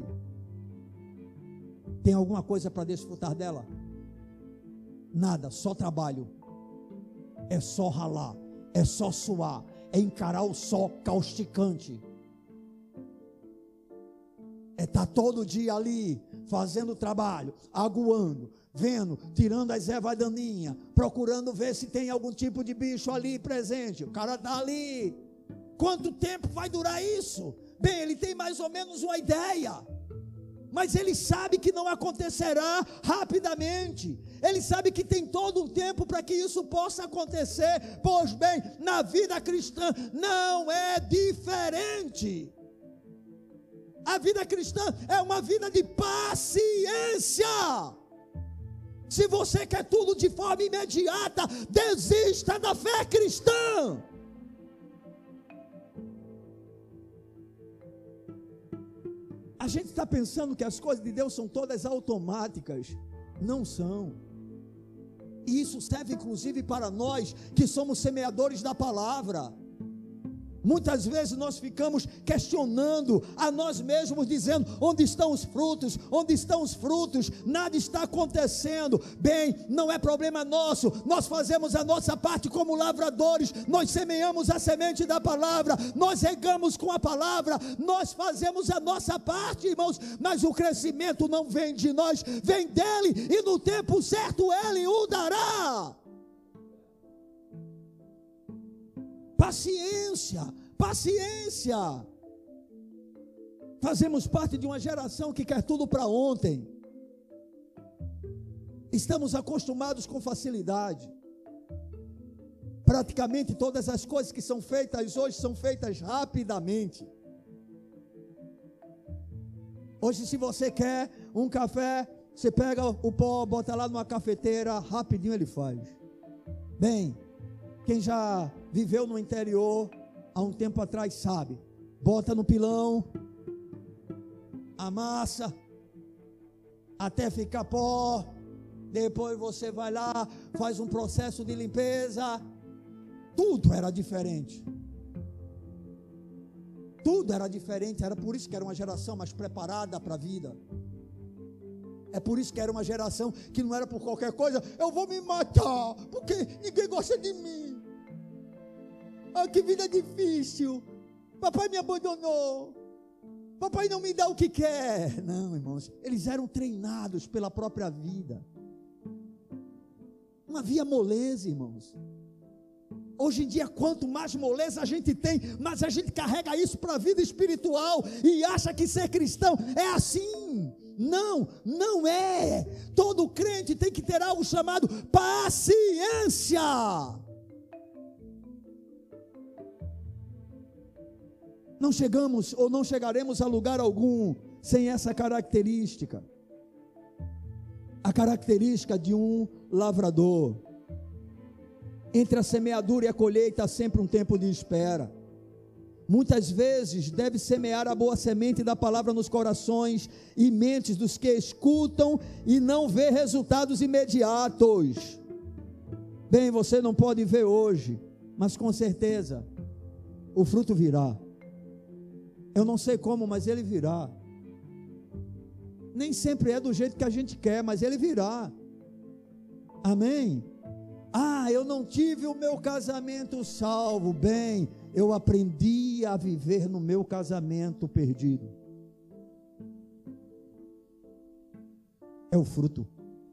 Tem alguma coisa para desfrutar dela? Nada, só trabalho. É só ralar, é só suar, é encarar o sol causticante, é estar todo dia ali, fazendo trabalho, aguando, vendo, tirando as ervas daninhas, procurando ver se tem algum tipo de bicho ali presente. O cara está ali. Quanto tempo vai durar isso? Bem, ele tem mais ou menos uma ideia, mas ele sabe que não acontecerá rapidamente. Ele sabe que tem todo um tempo para que isso possa acontecer. Pois bem, na vida cristã não é diferente. A vida cristã é uma vida de paciência. Se você quer tudo de forma imediata, desista da fé cristã. A gente está pensando que as coisas de Deus são todas automáticas. Não são. E isso serve inclusive para nós que somos semeadores da palavra. Muitas vezes nós ficamos questionando a nós mesmos, dizendo: onde estão os frutos? Onde estão os frutos? Nada está acontecendo. Bem, não é problema nosso. Nós fazemos a nossa parte como lavradores. Nós semeamos a semente da palavra, nós regamos com a palavra, nós fazemos a nossa parte, irmãos. Mas o crescimento não vem de nós, vem dele, e no tempo certo ele o dará. Paciência, paciência. Fazemos parte de uma geração que quer tudo para ontem. Estamos acostumados com facilidade. Praticamente todas as coisas que são feitas hoje são feitas rapidamente. Hoje, se você quer um café, você pega o pó, bota lá numa cafeteira, rapidinho ele faz. Bem, quem já viveu no interior há um tempo atrás sabe, bota no pilão, amassa até ficar pó, depois você vai lá, faz um processo de limpeza. Tudo era diferente. Tudo era diferente. Era por isso que era uma geração mais preparada para a vida. É por isso que era uma geração que não era por qualquer coisa: eu vou me matar, porque ninguém gosta de mim. Ah, que vida difícil. Papai me abandonou. Papai não me dá o que quer. Não, irmãos, eles eram treinados pela própria vida. Não havia moleza, irmãos. Hoje em dia, quanto mais moleza a gente tem, mas a gente carrega isso para a vida espiritual e acha que ser cristão é assim. Não, não é. Todo crente tem que ter algo chamado paciência. Não chegamos ou não chegaremos a lugar algum sem essa característica. A característica de um lavrador. Entre a semeadura e a colheita há sempre um tempo de espera. Muitas vezes deve semear a boa semente da palavra nos corações e mentes dos que escutam e não vê resultados imediatos. Bem, você não pode ver hoje, mas com certeza o fruto virá. Eu não sei como, mas ele virá. Nem sempre é do jeito que a gente quer, mas ele virá. Amém? Ah, eu não tive o meu casamento salvo. Bem, eu aprendi a viver no meu casamento perdido. É o fruto.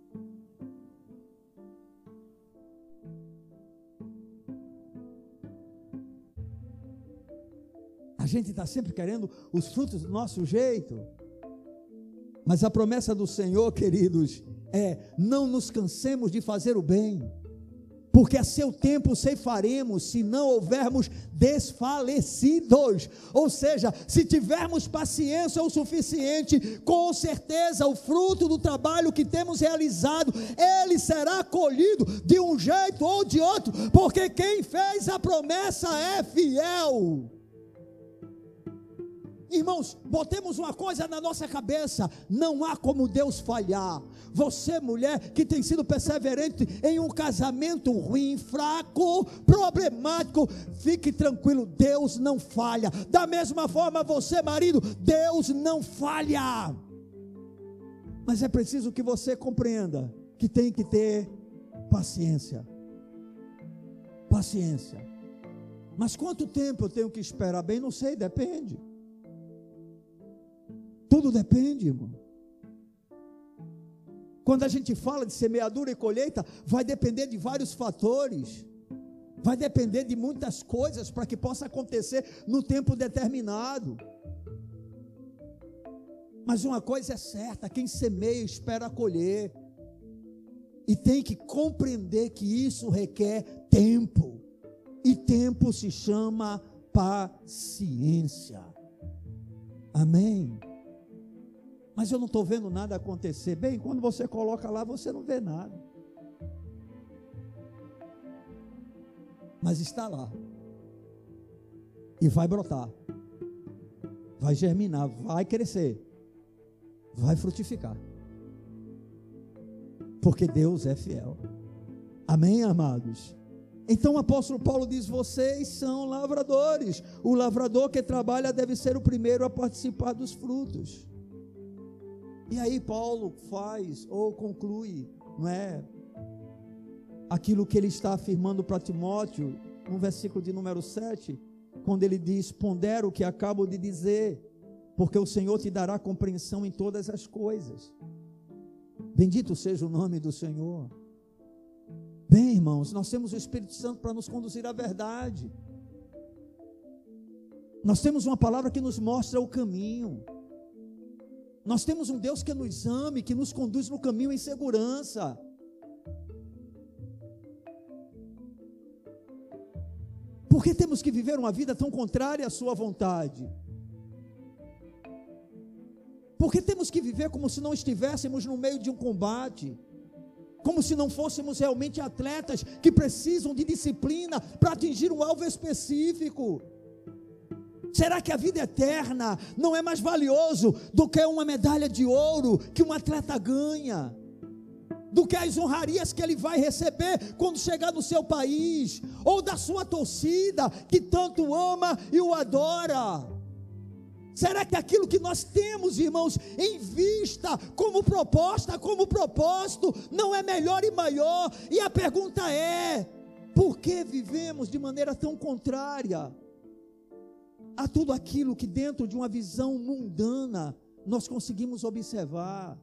A gente está sempre querendo os frutos do nosso jeito. Mas a promessa do Senhor, queridos, é: não nos cansemos de fazer o bem, porque a seu tempo ceifaremos, se não houvermos desfalecidos. Ou seja, se tivermos paciência o suficiente, com certeza o fruto do trabalho que temos realizado, ele será colhido de um jeito ou de outro, porque quem fez a promessa é fiel. Irmãos, botemos uma coisa na nossa cabeça: não há como Deus falhar. Você, mulher, que tem sido perseverante em um casamento ruim, fraco, problemático, fique tranquilo, Deus não falha. Da mesma forma, você, marido, Deus não falha. Mas é preciso que você compreenda que tem que ter paciência. Paciência. Mas quanto tempo eu tenho que esperar? Bem, não sei, depende. Tudo depende, irmão. Quando a gente fala de semeadura e colheita, vai depender de vários fatores. Vai depender de muitas coisas para que possa acontecer no tempo determinado. Mas uma coisa é certa: quem semeia espera colher. E tem que compreender que isso requer tempo. E tempo se chama paciência. Amém? Mas eu não estou vendo nada acontecer. Bem, quando você coloca lá, você não vê nada. Mas está lá. E vai brotar. Vai germinar, vai crescer. Vai frutificar. Porque Deus é fiel. Amém, amados? Então o apóstolo Paulo diz: vocês são lavradores. O lavrador que trabalha deve ser o primeiro a participar dos frutos. E aí Paulo faz ou conclui, não é, aquilo que ele está afirmando para Timóteo, no versículo de número 7, quando ele diz: pondera o que acabo de dizer, porque o Senhor te dará compreensão em todas as coisas. Bendito seja o nome do Senhor. Bem, irmãos, nós temos o Espírito Santo para nos conduzir à verdade. Nós temos uma palavra que nos mostra o caminho. Nós temos um Deus que nos ama e que nos conduz no caminho em segurança. Por que temos que viver uma vida tão contrária à sua vontade? Por que temos que viver como se não estivéssemos no meio de um combate? Como se não fôssemos realmente atletas que precisam de disciplina para atingir um alvo específico? Será que a vida eterna não é mais valioso do que uma medalha de ouro que um atleta ganha? Do que as honrarias que ele vai receber quando chegar no seu país? Ou da sua torcida que tanto ama e o adora? Será que aquilo que nós temos, irmãos, em vista, como proposta, como propósito, não é melhor e maior? E a pergunta é: por que vivemos de maneira tão contrária a tudo aquilo que dentro de uma visão mundana nós conseguimos observar.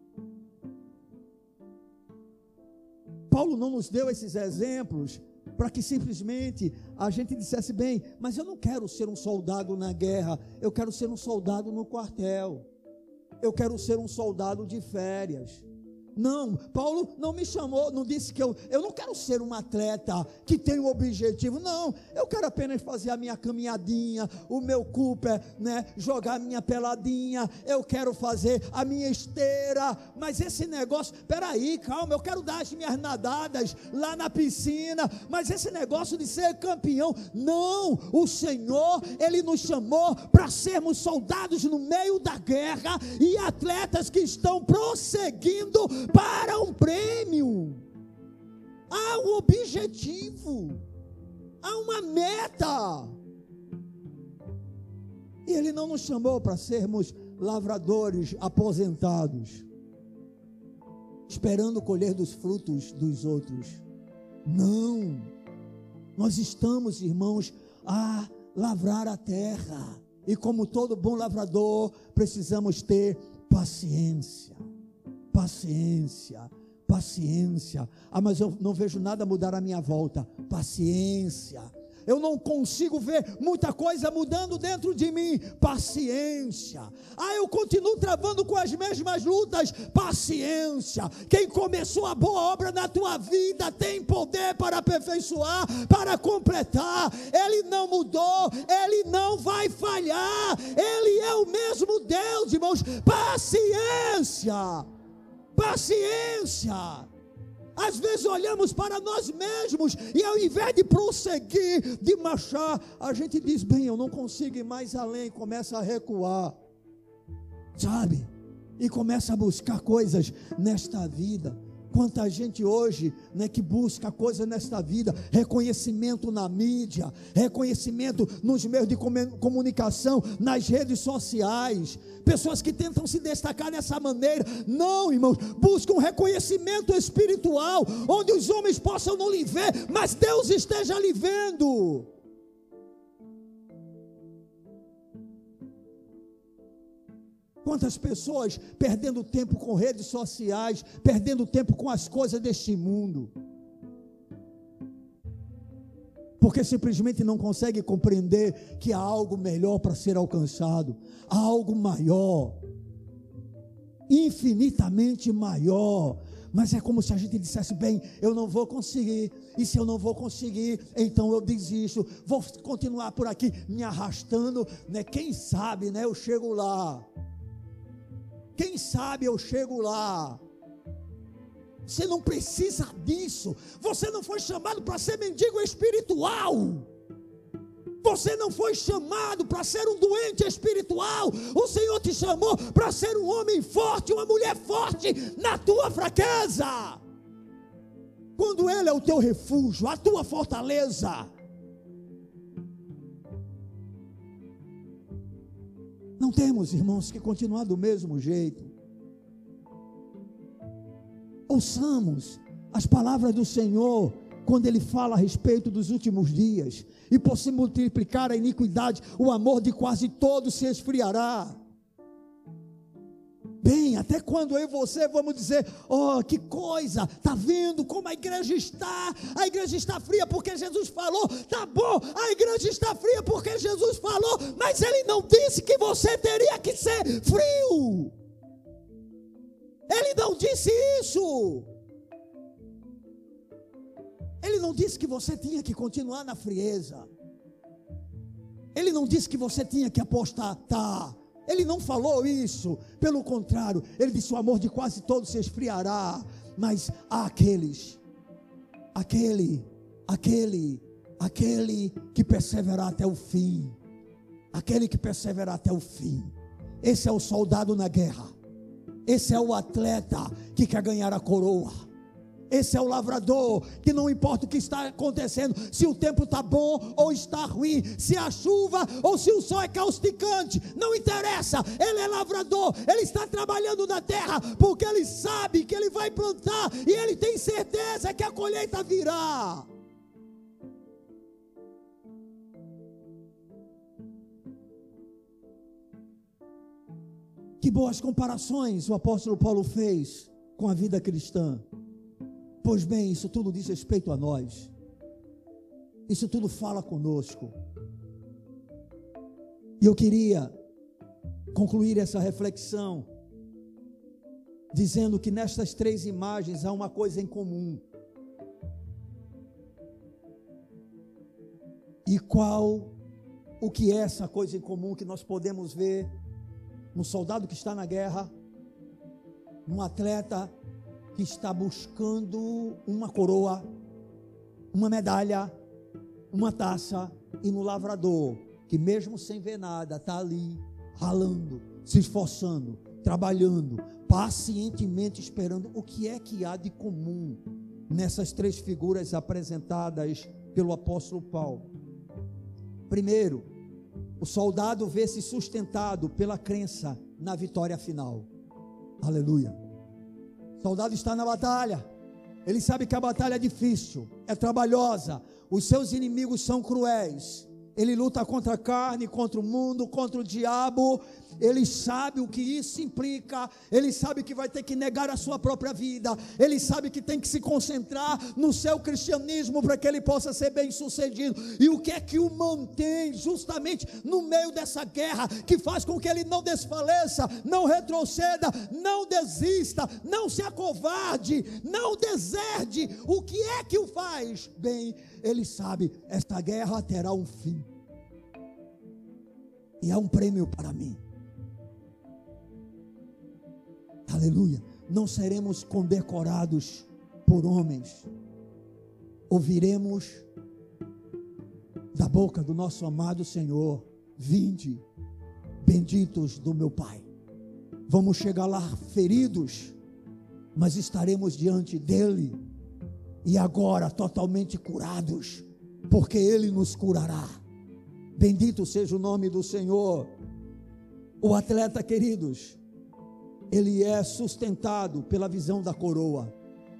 Paulo não nos deu esses exemplos para que simplesmente a gente dissesse bem, mas eu não quero ser um soldado na guerra, eu quero ser um soldado no quartel, eu quero ser um soldado de férias. Não, Paulo não me chamou, não disse que eu não quero ser um atleta que tem um objetivo, não, eu quero apenas fazer a minha caminhadinha, o meu Cooper, né, jogar a minha peladinha, eu quero fazer a minha esteira, mas esse negócio, peraí, calma, eu quero dar as minhas nadadas lá na piscina, mas esse negócio de ser campeão, não, o Senhor, Ele nos chamou para sermos soldados no meio da guerra e atletas que estão prosseguindo para um prêmio. Há um objetivo, há uma meta. E Ele não nos chamou para sermos lavradores aposentados, esperando colher dos frutos dos outros. Não, nós estamos, irmãos, a lavrar a terra, e como todo bom lavrador, precisamos ter paciência. Paciência, paciência. Ah, mas eu não vejo nada mudar à minha volta. Paciência. Eu não consigo ver muita coisa mudando dentro de mim. Paciência. Ah, eu continuo travando com as mesmas lutas. Paciência. Quem começou a boa obra na tua vida tem poder para aperfeiçoar, para completar. Ele não mudou, Ele não vai falhar. Ele é o mesmo Deus, irmãos. Paciência. Paciência. Às vezes olhamos para nós mesmos e ao invés de prosseguir, de marchar, a gente diz, bem, eu não consigo ir mais além, começa a recuar, sabe? E começa a buscar coisas nesta vida. Quanta gente hoje, né, que busca coisa nesta vida, reconhecimento na mídia, reconhecimento nos meios de comunicação, nas redes sociais, pessoas que tentam se destacar dessa maneira. Não, irmãos, buscam um reconhecimento espiritual, onde os homens possam não lhe ver, mas Deus esteja lhe vendo. Quantas pessoas perdendo tempo com redes sociais, perdendo tempo com as coisas deste mundo, porque simplesmente não consegue compreender que há algo melhor para ser alcançado, há algo maior, infinitamente maior. Mas é como se a gente dissesse, bem, eu não vou conseguir, e se eu não vou conseguir, então eu desisto, vou continuar por aqui me arrastando, né? Quem sabe, né, eu chego lá. Quem sabe eu chego lá. Você não precisa disso. Você não foi chamado para ser mendigo espiritual. Você não foi chamado para ser um doente espiritual. O Senhor te chamou para ser um homem forte, uma mulher forte na tua fraqueza. Quando Ele é o teu refúgio, a tua fortaleza. Não temos, irmãos, que continuar do mesmo jeito. Ouçamos as palavras do Senhor, quando Ele fala a respeito dos últimos dias. E por se multiplicar a iniquidade, o amor de quase todos se esfriará. Bem, até quando eu e você vamos dizer, oh, que coisa, está vendo como a igreja está fria porque Jesus falou, tá bom, a igreja está fria porque Jesus falou, mas Ele não disse que você teria que ser frio, Ele não disse isso, Ele não disse que você tinha que continuar na frieza, Ele não disse que você tinha que apostatar, Ele não falou isso, pelo contrário, Ele disse, o amor de quase todos se esfriará, mas há aquele que perseverar até o fim, aquele que perseverar até o fim, esse é o soldado na guerra, esse é o atleta que quer ganhar a coroa, esse é o lavrador, que não importa o que está acontecendo, se o tempo está bom ou está ruim, se a chuva ou se o sol é causticante, não interessa, ele é lavrador, ele está trabalhando na terra, porque ele sabe que ele vai plantar, e ele tem certeza que a colheita virá. Que boas comparações o apóstolo Paulo fez com a vida cristã. Pois bem, isso tudo diz respeito a nós. Isso tudo fala conosco. E eu queria concluir essa reflexão dizendo que nestas 3 imagens há uma coisa em comum. E qual o que é essa coisa em comum que nós podemos ver no soldado que está na guerra, num atleta que está buscando uma coroa, uma medalha, uma taça, e no lavrador, que mesmo sem ver nada, está ali, ralando, se esforçando, trabalhando, pacientemente esperando. O que é que há de comum nessas 3 figuras apresentadas pelo apóstolo Paulo? Primeiro, o soldado vê-se sustentado pela crença na vitória final. Aleluia. O soldado está na batalha. Ele sabe que a batalha é difícil, é trabalhosa. Os seus inimigos são cruéis. Ele luta contra a carne, contra o mundo, contra o diabo. Ele sabe o que isso implica. Ele sabe que vai ter que negar a sua própria vida. Ele sabe que tem que se concentrar no seu cristianismo para que ele possa ser bem sucedido. E o que é que o mantém justamente no meio dessa guerra, que faz com que ele não desfaleça, não retroceda, não desista, não se acovarde, não deserde? O que é que o faz? Bem, ele sabe, esta guerra terá um fim. E há um prêmio para mim. Aleluia. Não seremos condecorados por homens. Ouviremos da boca do nosso amado Senhor: vinde, benditos do meu Pai. Vamos chegar lá feridos, mas estaremos diante dele, e agora totalmente curados, porque ele nos curará. Bendito seja o nome do Senhor. O atleta, queridos, ele é sustentado pela visão da coroa.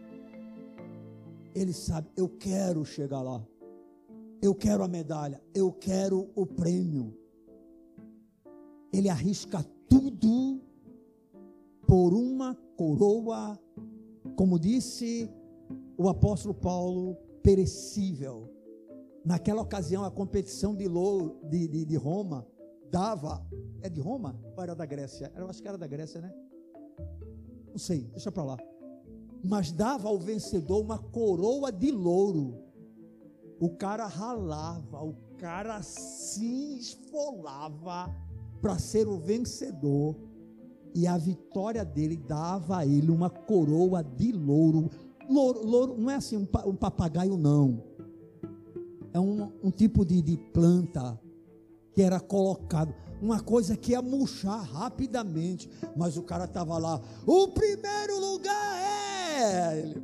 Ele sabe, eu quero chegar lá, eu quero a medalha, eu quero o prêmio. Ele arrisca tudo por uma coroa, como disse o apóstolo Paulo, perecível. Naquela ocasião, a competição de Roma dava, é de Roma ou era da Grécia? Eu acho que era da Grécia, né? Não sei, deixa para lá. Mas dava ao vencedor uma coroa de louro. O cara ralava, o cara se esfolava para ser o vencedor, e a vitória dele dava a ele uma coroa de louro. Louro não é assim um papagaio, não. É um tipo de planta que era colocado, uma coisa que ia murchar rapidamente, mas o cara estava lá: o primeiro lugar é... Ele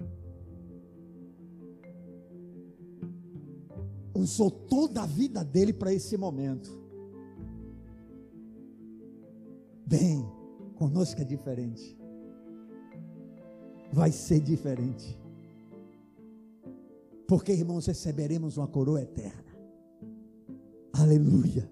usou toda a vida dele para esse momento. Bem, conosco é diferente. Vai ser diferente. Porque, irmãos, receberemos uma coroa eterna. Aleluia.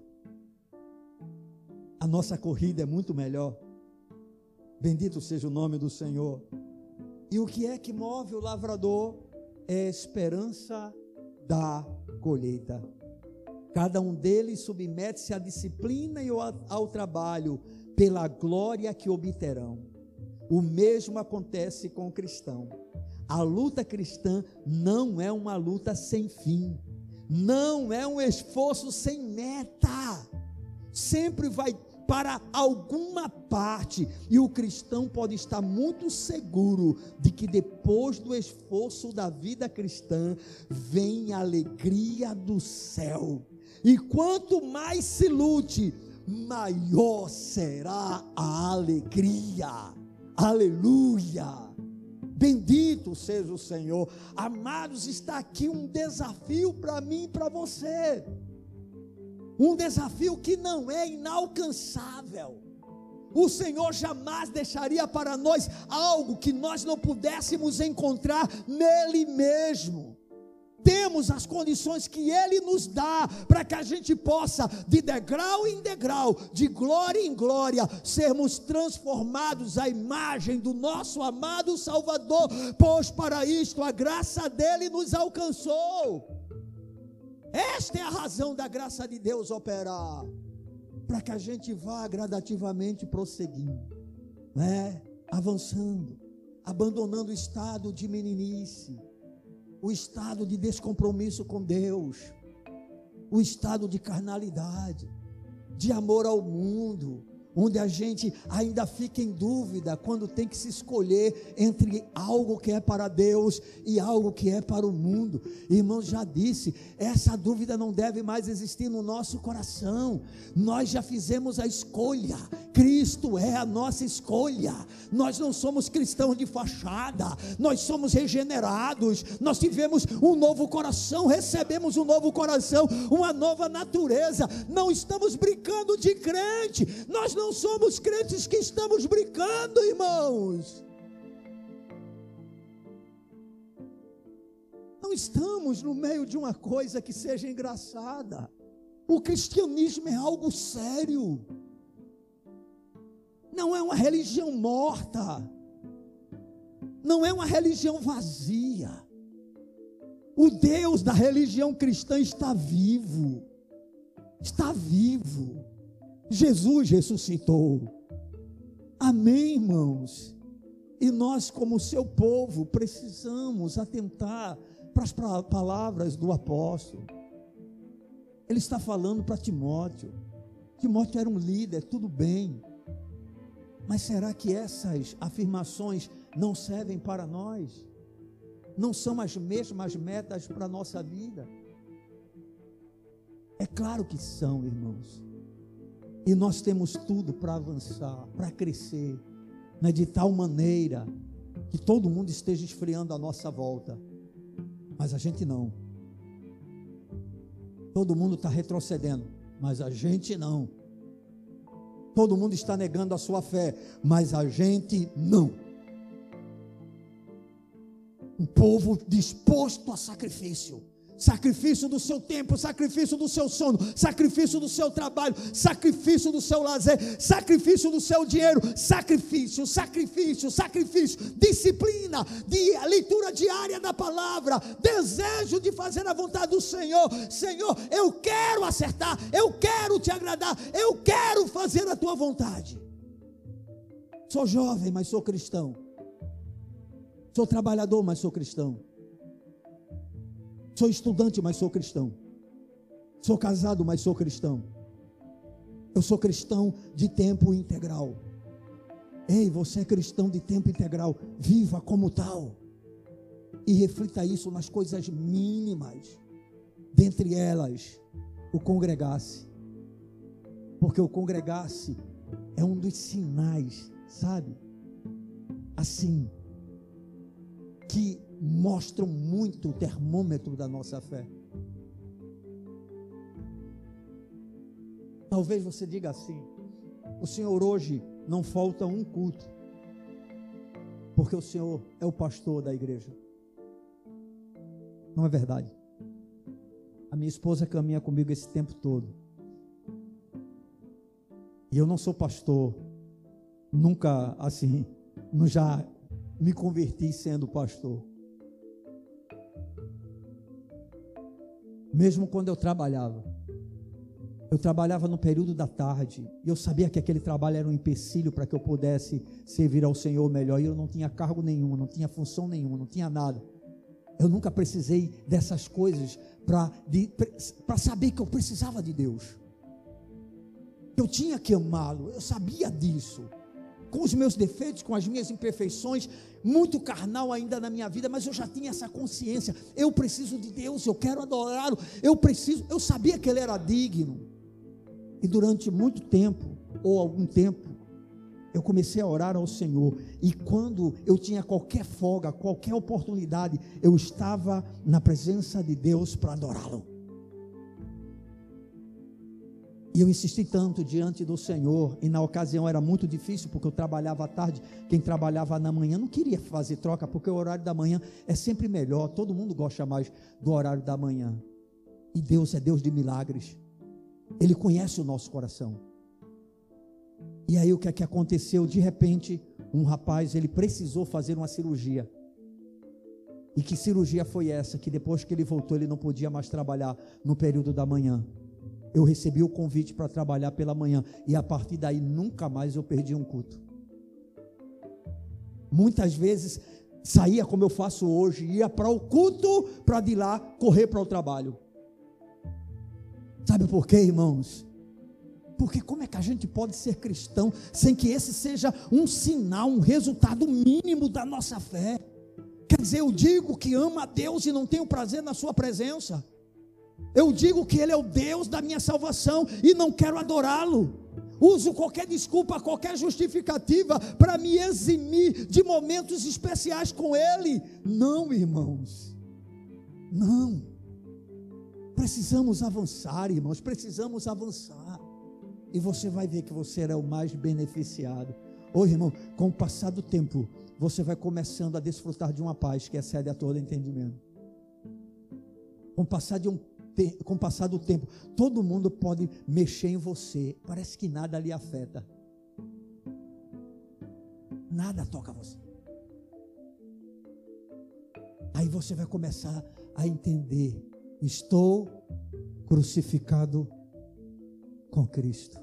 A nossa corrida é muito melhor. Bendito seja o nome do Senhor. E o que é que move o lavrador? É a esperança da colheita. Cada um deles submete-se à disciplina e ao trabalho, pela glória que obterão. O mesmo acontece com o cristão. A luta cristã não é uma luta sem fim, não é um esforço sem meta, sempre vai para alguma parte, e o cristão pode estar muito seguro de que depois do esforço da vida cristã vem a alegria do céu, e quanto mais se lute, maior será a alegria. Aleluia. Bendito seja o Senhor. Amados, está aqui um desafio para mim e para você. Um desafio que não é inalcançável. O Senhor jamais deixaria para nós algo que nós não pudéssemos encontrar nele mesmo. temos as condições que Ele nos dá, para que a gente possa, de degrau em degrau, de glória em glória, sermos transformados à imagem do nosso amado Salvador, pois para isto a graça dele nos alcançou. Esta é a razão da graça de Deus operar, para que a gente vá gradativamente prosseguindo, avançando, abandonando o estado de meninice, o estado de descompromisso com Deus, o estado de carnalidade, de amor ao mundo, onde a gente ainda fica em dúvida quando tem que se escolher entre algo que é para Deus e algo que é para o mundo. Irmão, já disse, essa dúvida não deve mais existir no nosso coração. Nós já fizemos a escolha, Cristo é a nossa escolha. Nós não somos cristãos de fachada, nós somos regenerados, nós tivemos um novo coração, recebemos um novo coração, uma nova natureza. Não estamos brincando de crente, nós não somos crentes que estamos brincando, irmãos. Não estamos no meio de uma coisa que seja engraçada. O cristianismo é algo sério. Não é uma religião morta. Não é uma religião vazia. O Deus da religião cristã está vivo. Está vivo. Jesus ressuscitou. Amém, irmãos? E nós, como seu povo, precisamos atentar para as palavras do apóstolo. Ele está falando para Timóteo. Timóteo era um líder, tudo bem. Mas será que essas afirmações não servem para nós? Não são as mesmas metas para a nossa vida? É claro que são, irmãos. E nós temos tudo para avançar, para crescer, de tal maneira que todo mundo esteja esfriando à nossa volta. Mas a gente não. Todo mundo está retrocedendo, mas a gente não. Todo mundo está negando a sua fé, mas a gente não. Um povo disposto a sacrifício. Sacrifício do seu tempo, sacrifício do seu sono, sacrifício do seu trabalho, sacrifício do seu lazer, sacrifício do seu dinheiro, sacrifício, disciplina, de leitura diária da palavra, desejo de fazer a vontade do Senhor. Senhor, eu quero acertar, eu quero te agradar, eu quero fazer a tua vontade. Sou jovem, mas sou cristão. Sou trabalhador, mas sou cristão. Sou estudante, mas sou cristão. Sou casado, mas sou cristão. Eu sou cristão de tempo integral. Ei, você é cristão de tempo integral. Viva como tal. E reflita isso nas coisas mínimas. Dentre elas, o congregar-se. Porque o congregar-se é um dos sinais, sabe? Assim, que mostram muito o termômetro da nossa fé. Talvez você diga assim: o Senhor hoje não falta um culto, porque o Senhor é o pastor da igreja. Não é verdade. A minha esposa caminha comigo esse tempo todo, e eu não sou pastor, nunca assim, já me converti sendo pastor. Mesmo quando eu trabalhava no período da tarde, e eu sabia que aquele trabalho era um empecilho para que eu pudesse servir ao Senhor melhor, e eu não tinha cargo nenhum, não tinha função nenhuma, não tinha nada. Eu nunca precisei dessas coisas para saber que eu precisava de Deus. Eu tinha que amá-lo, eu sabia disso. Com os meus defeitos, com as minhas imperfeições, muito carnal ainda na minha vida, mas eu já tinha essa consciência. Eu preciso de Deus, eu quero adorá-lo, eu sabia que Ele era digno. E durante muito tempo, ou algum tempo, eu comecei a orar ao Senhor, e quando eu tinha qualquer folga, qualquer oportunidade, eu estava na presença de Deus para adorá-lo. E eu insisti tanto diante do Senhor, e na ocasião era muito difícil, porque eu trabalhava à tarde, quem trabalhava na manhã não queria fazer troca, porque o horário da manhã é sempre melhor, todo mundo gosta mais do horário da manhã. E Deus é Deus de milagres, Ele conhece o nosso coração. E aí o que é que aconteceu? De repente, um rapaz, ele precisou fazer uma cirurgia. E que cirurgia foi essa? Que depois que ele voltou, ele não podia mais trabalhar no período da manhã. Eu recebi o convite para trabalhar pela manhã, e a partir daí nunca mais eu perdi um culto. Muitas vezes saía como eu faço hoje, ia para o culto para de lá correr para o trabalho. Sabe por quê, irmãos? Porque como é que a gente pode ser cristão sem que esse seja um sinal, um resultado mínimo da nossa fé? Quer dizer, eu digo que amo a Deus e não tenho prazer na sua presença. Eu digo que Ele é o Deus da minha salvação e não quero adorá-lo. Uso qualquer desculpa, qualquer justificativa para me eximir de momentos especiais com Ele. Não, irmãos, não. Precisamos avançar, irmãos, precisamos avançar. E você vai ver que você é o mais beneficiado. Hoje, irmão, com o passar do tempo, você vai começando a desfrutar de uma paz que excede a todo entendimento. Com o passar do tempo, todo mundo pode mexer em você, parece que nada lhe afeta, nada toca você. Aí você vai começar a entender: estou crucificado com Cristo.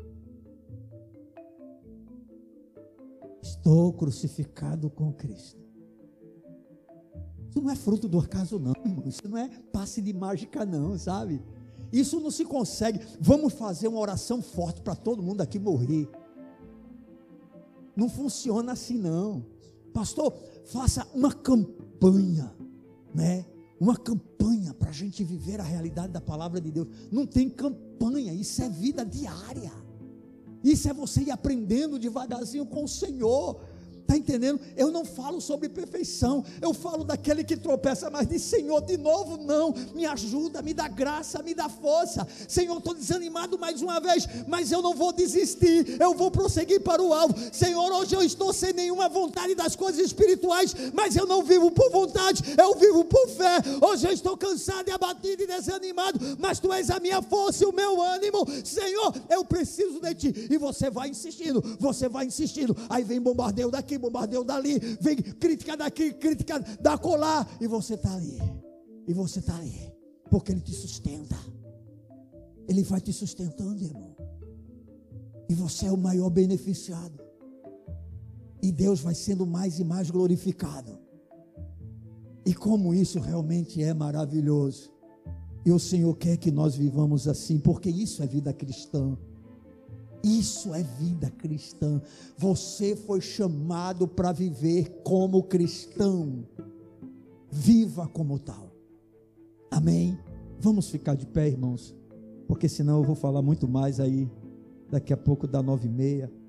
Estou crucificado com Cristo. Isso não é fruto do acaso não, irmão. Isso não é passe de mágica não, sabe? Isso não se consegue. Vamos fazer uma oração forte para todo mundo aqui morrer. Não funciona assim não. Pastor, faça uma campanha, né? Uma campanha para a gente viver a realidade da palavra de Deus. Não tem campanha, isso é vida diária. Isso é você ir aprendendo devagarzinho com o Senhor. Está entendendo? Eu não falo sobre perfeição, eu falo daquele que tropeça, mas diz: Senhor, de novo não, me ajuda, me dá graça, me dá força. Senhor, estou desanimado mais uma vez, mas eu não vou desistir, eu vou prosseguir para o alvo. Senhor, hoje eu estou sem nenhuma vontade das coisas espirituais, mas eu não vivo por vontade, eu vivo por fé. Hoje eu estou cansado e abatido e desanimado, mas Tu és a minha força e o meu ânimo. Senhor, eu preciso de Ti. E você vai insistindo, aí vem bombardeio daqui, bombardeio dali, vem crítica daqui, crítica da colar, e você está ali, porque Ele te sustenta, Ele vai te sustentando, irmão, e você é o maior beneficiado, e Deus vai sendo mais e mais glorificado. E como isso realmente é maravilhoso, e o Senhor quer que nós vivamos assim, porque isso é vida cristã. Isso é vida cristã. Você foi chamado para viver como cristão. Viva como tal. Amém? Vamos ficar de pé, irmãos, porque senão eu vou falar muito mais aí. Daqui a pouco dá 9h30.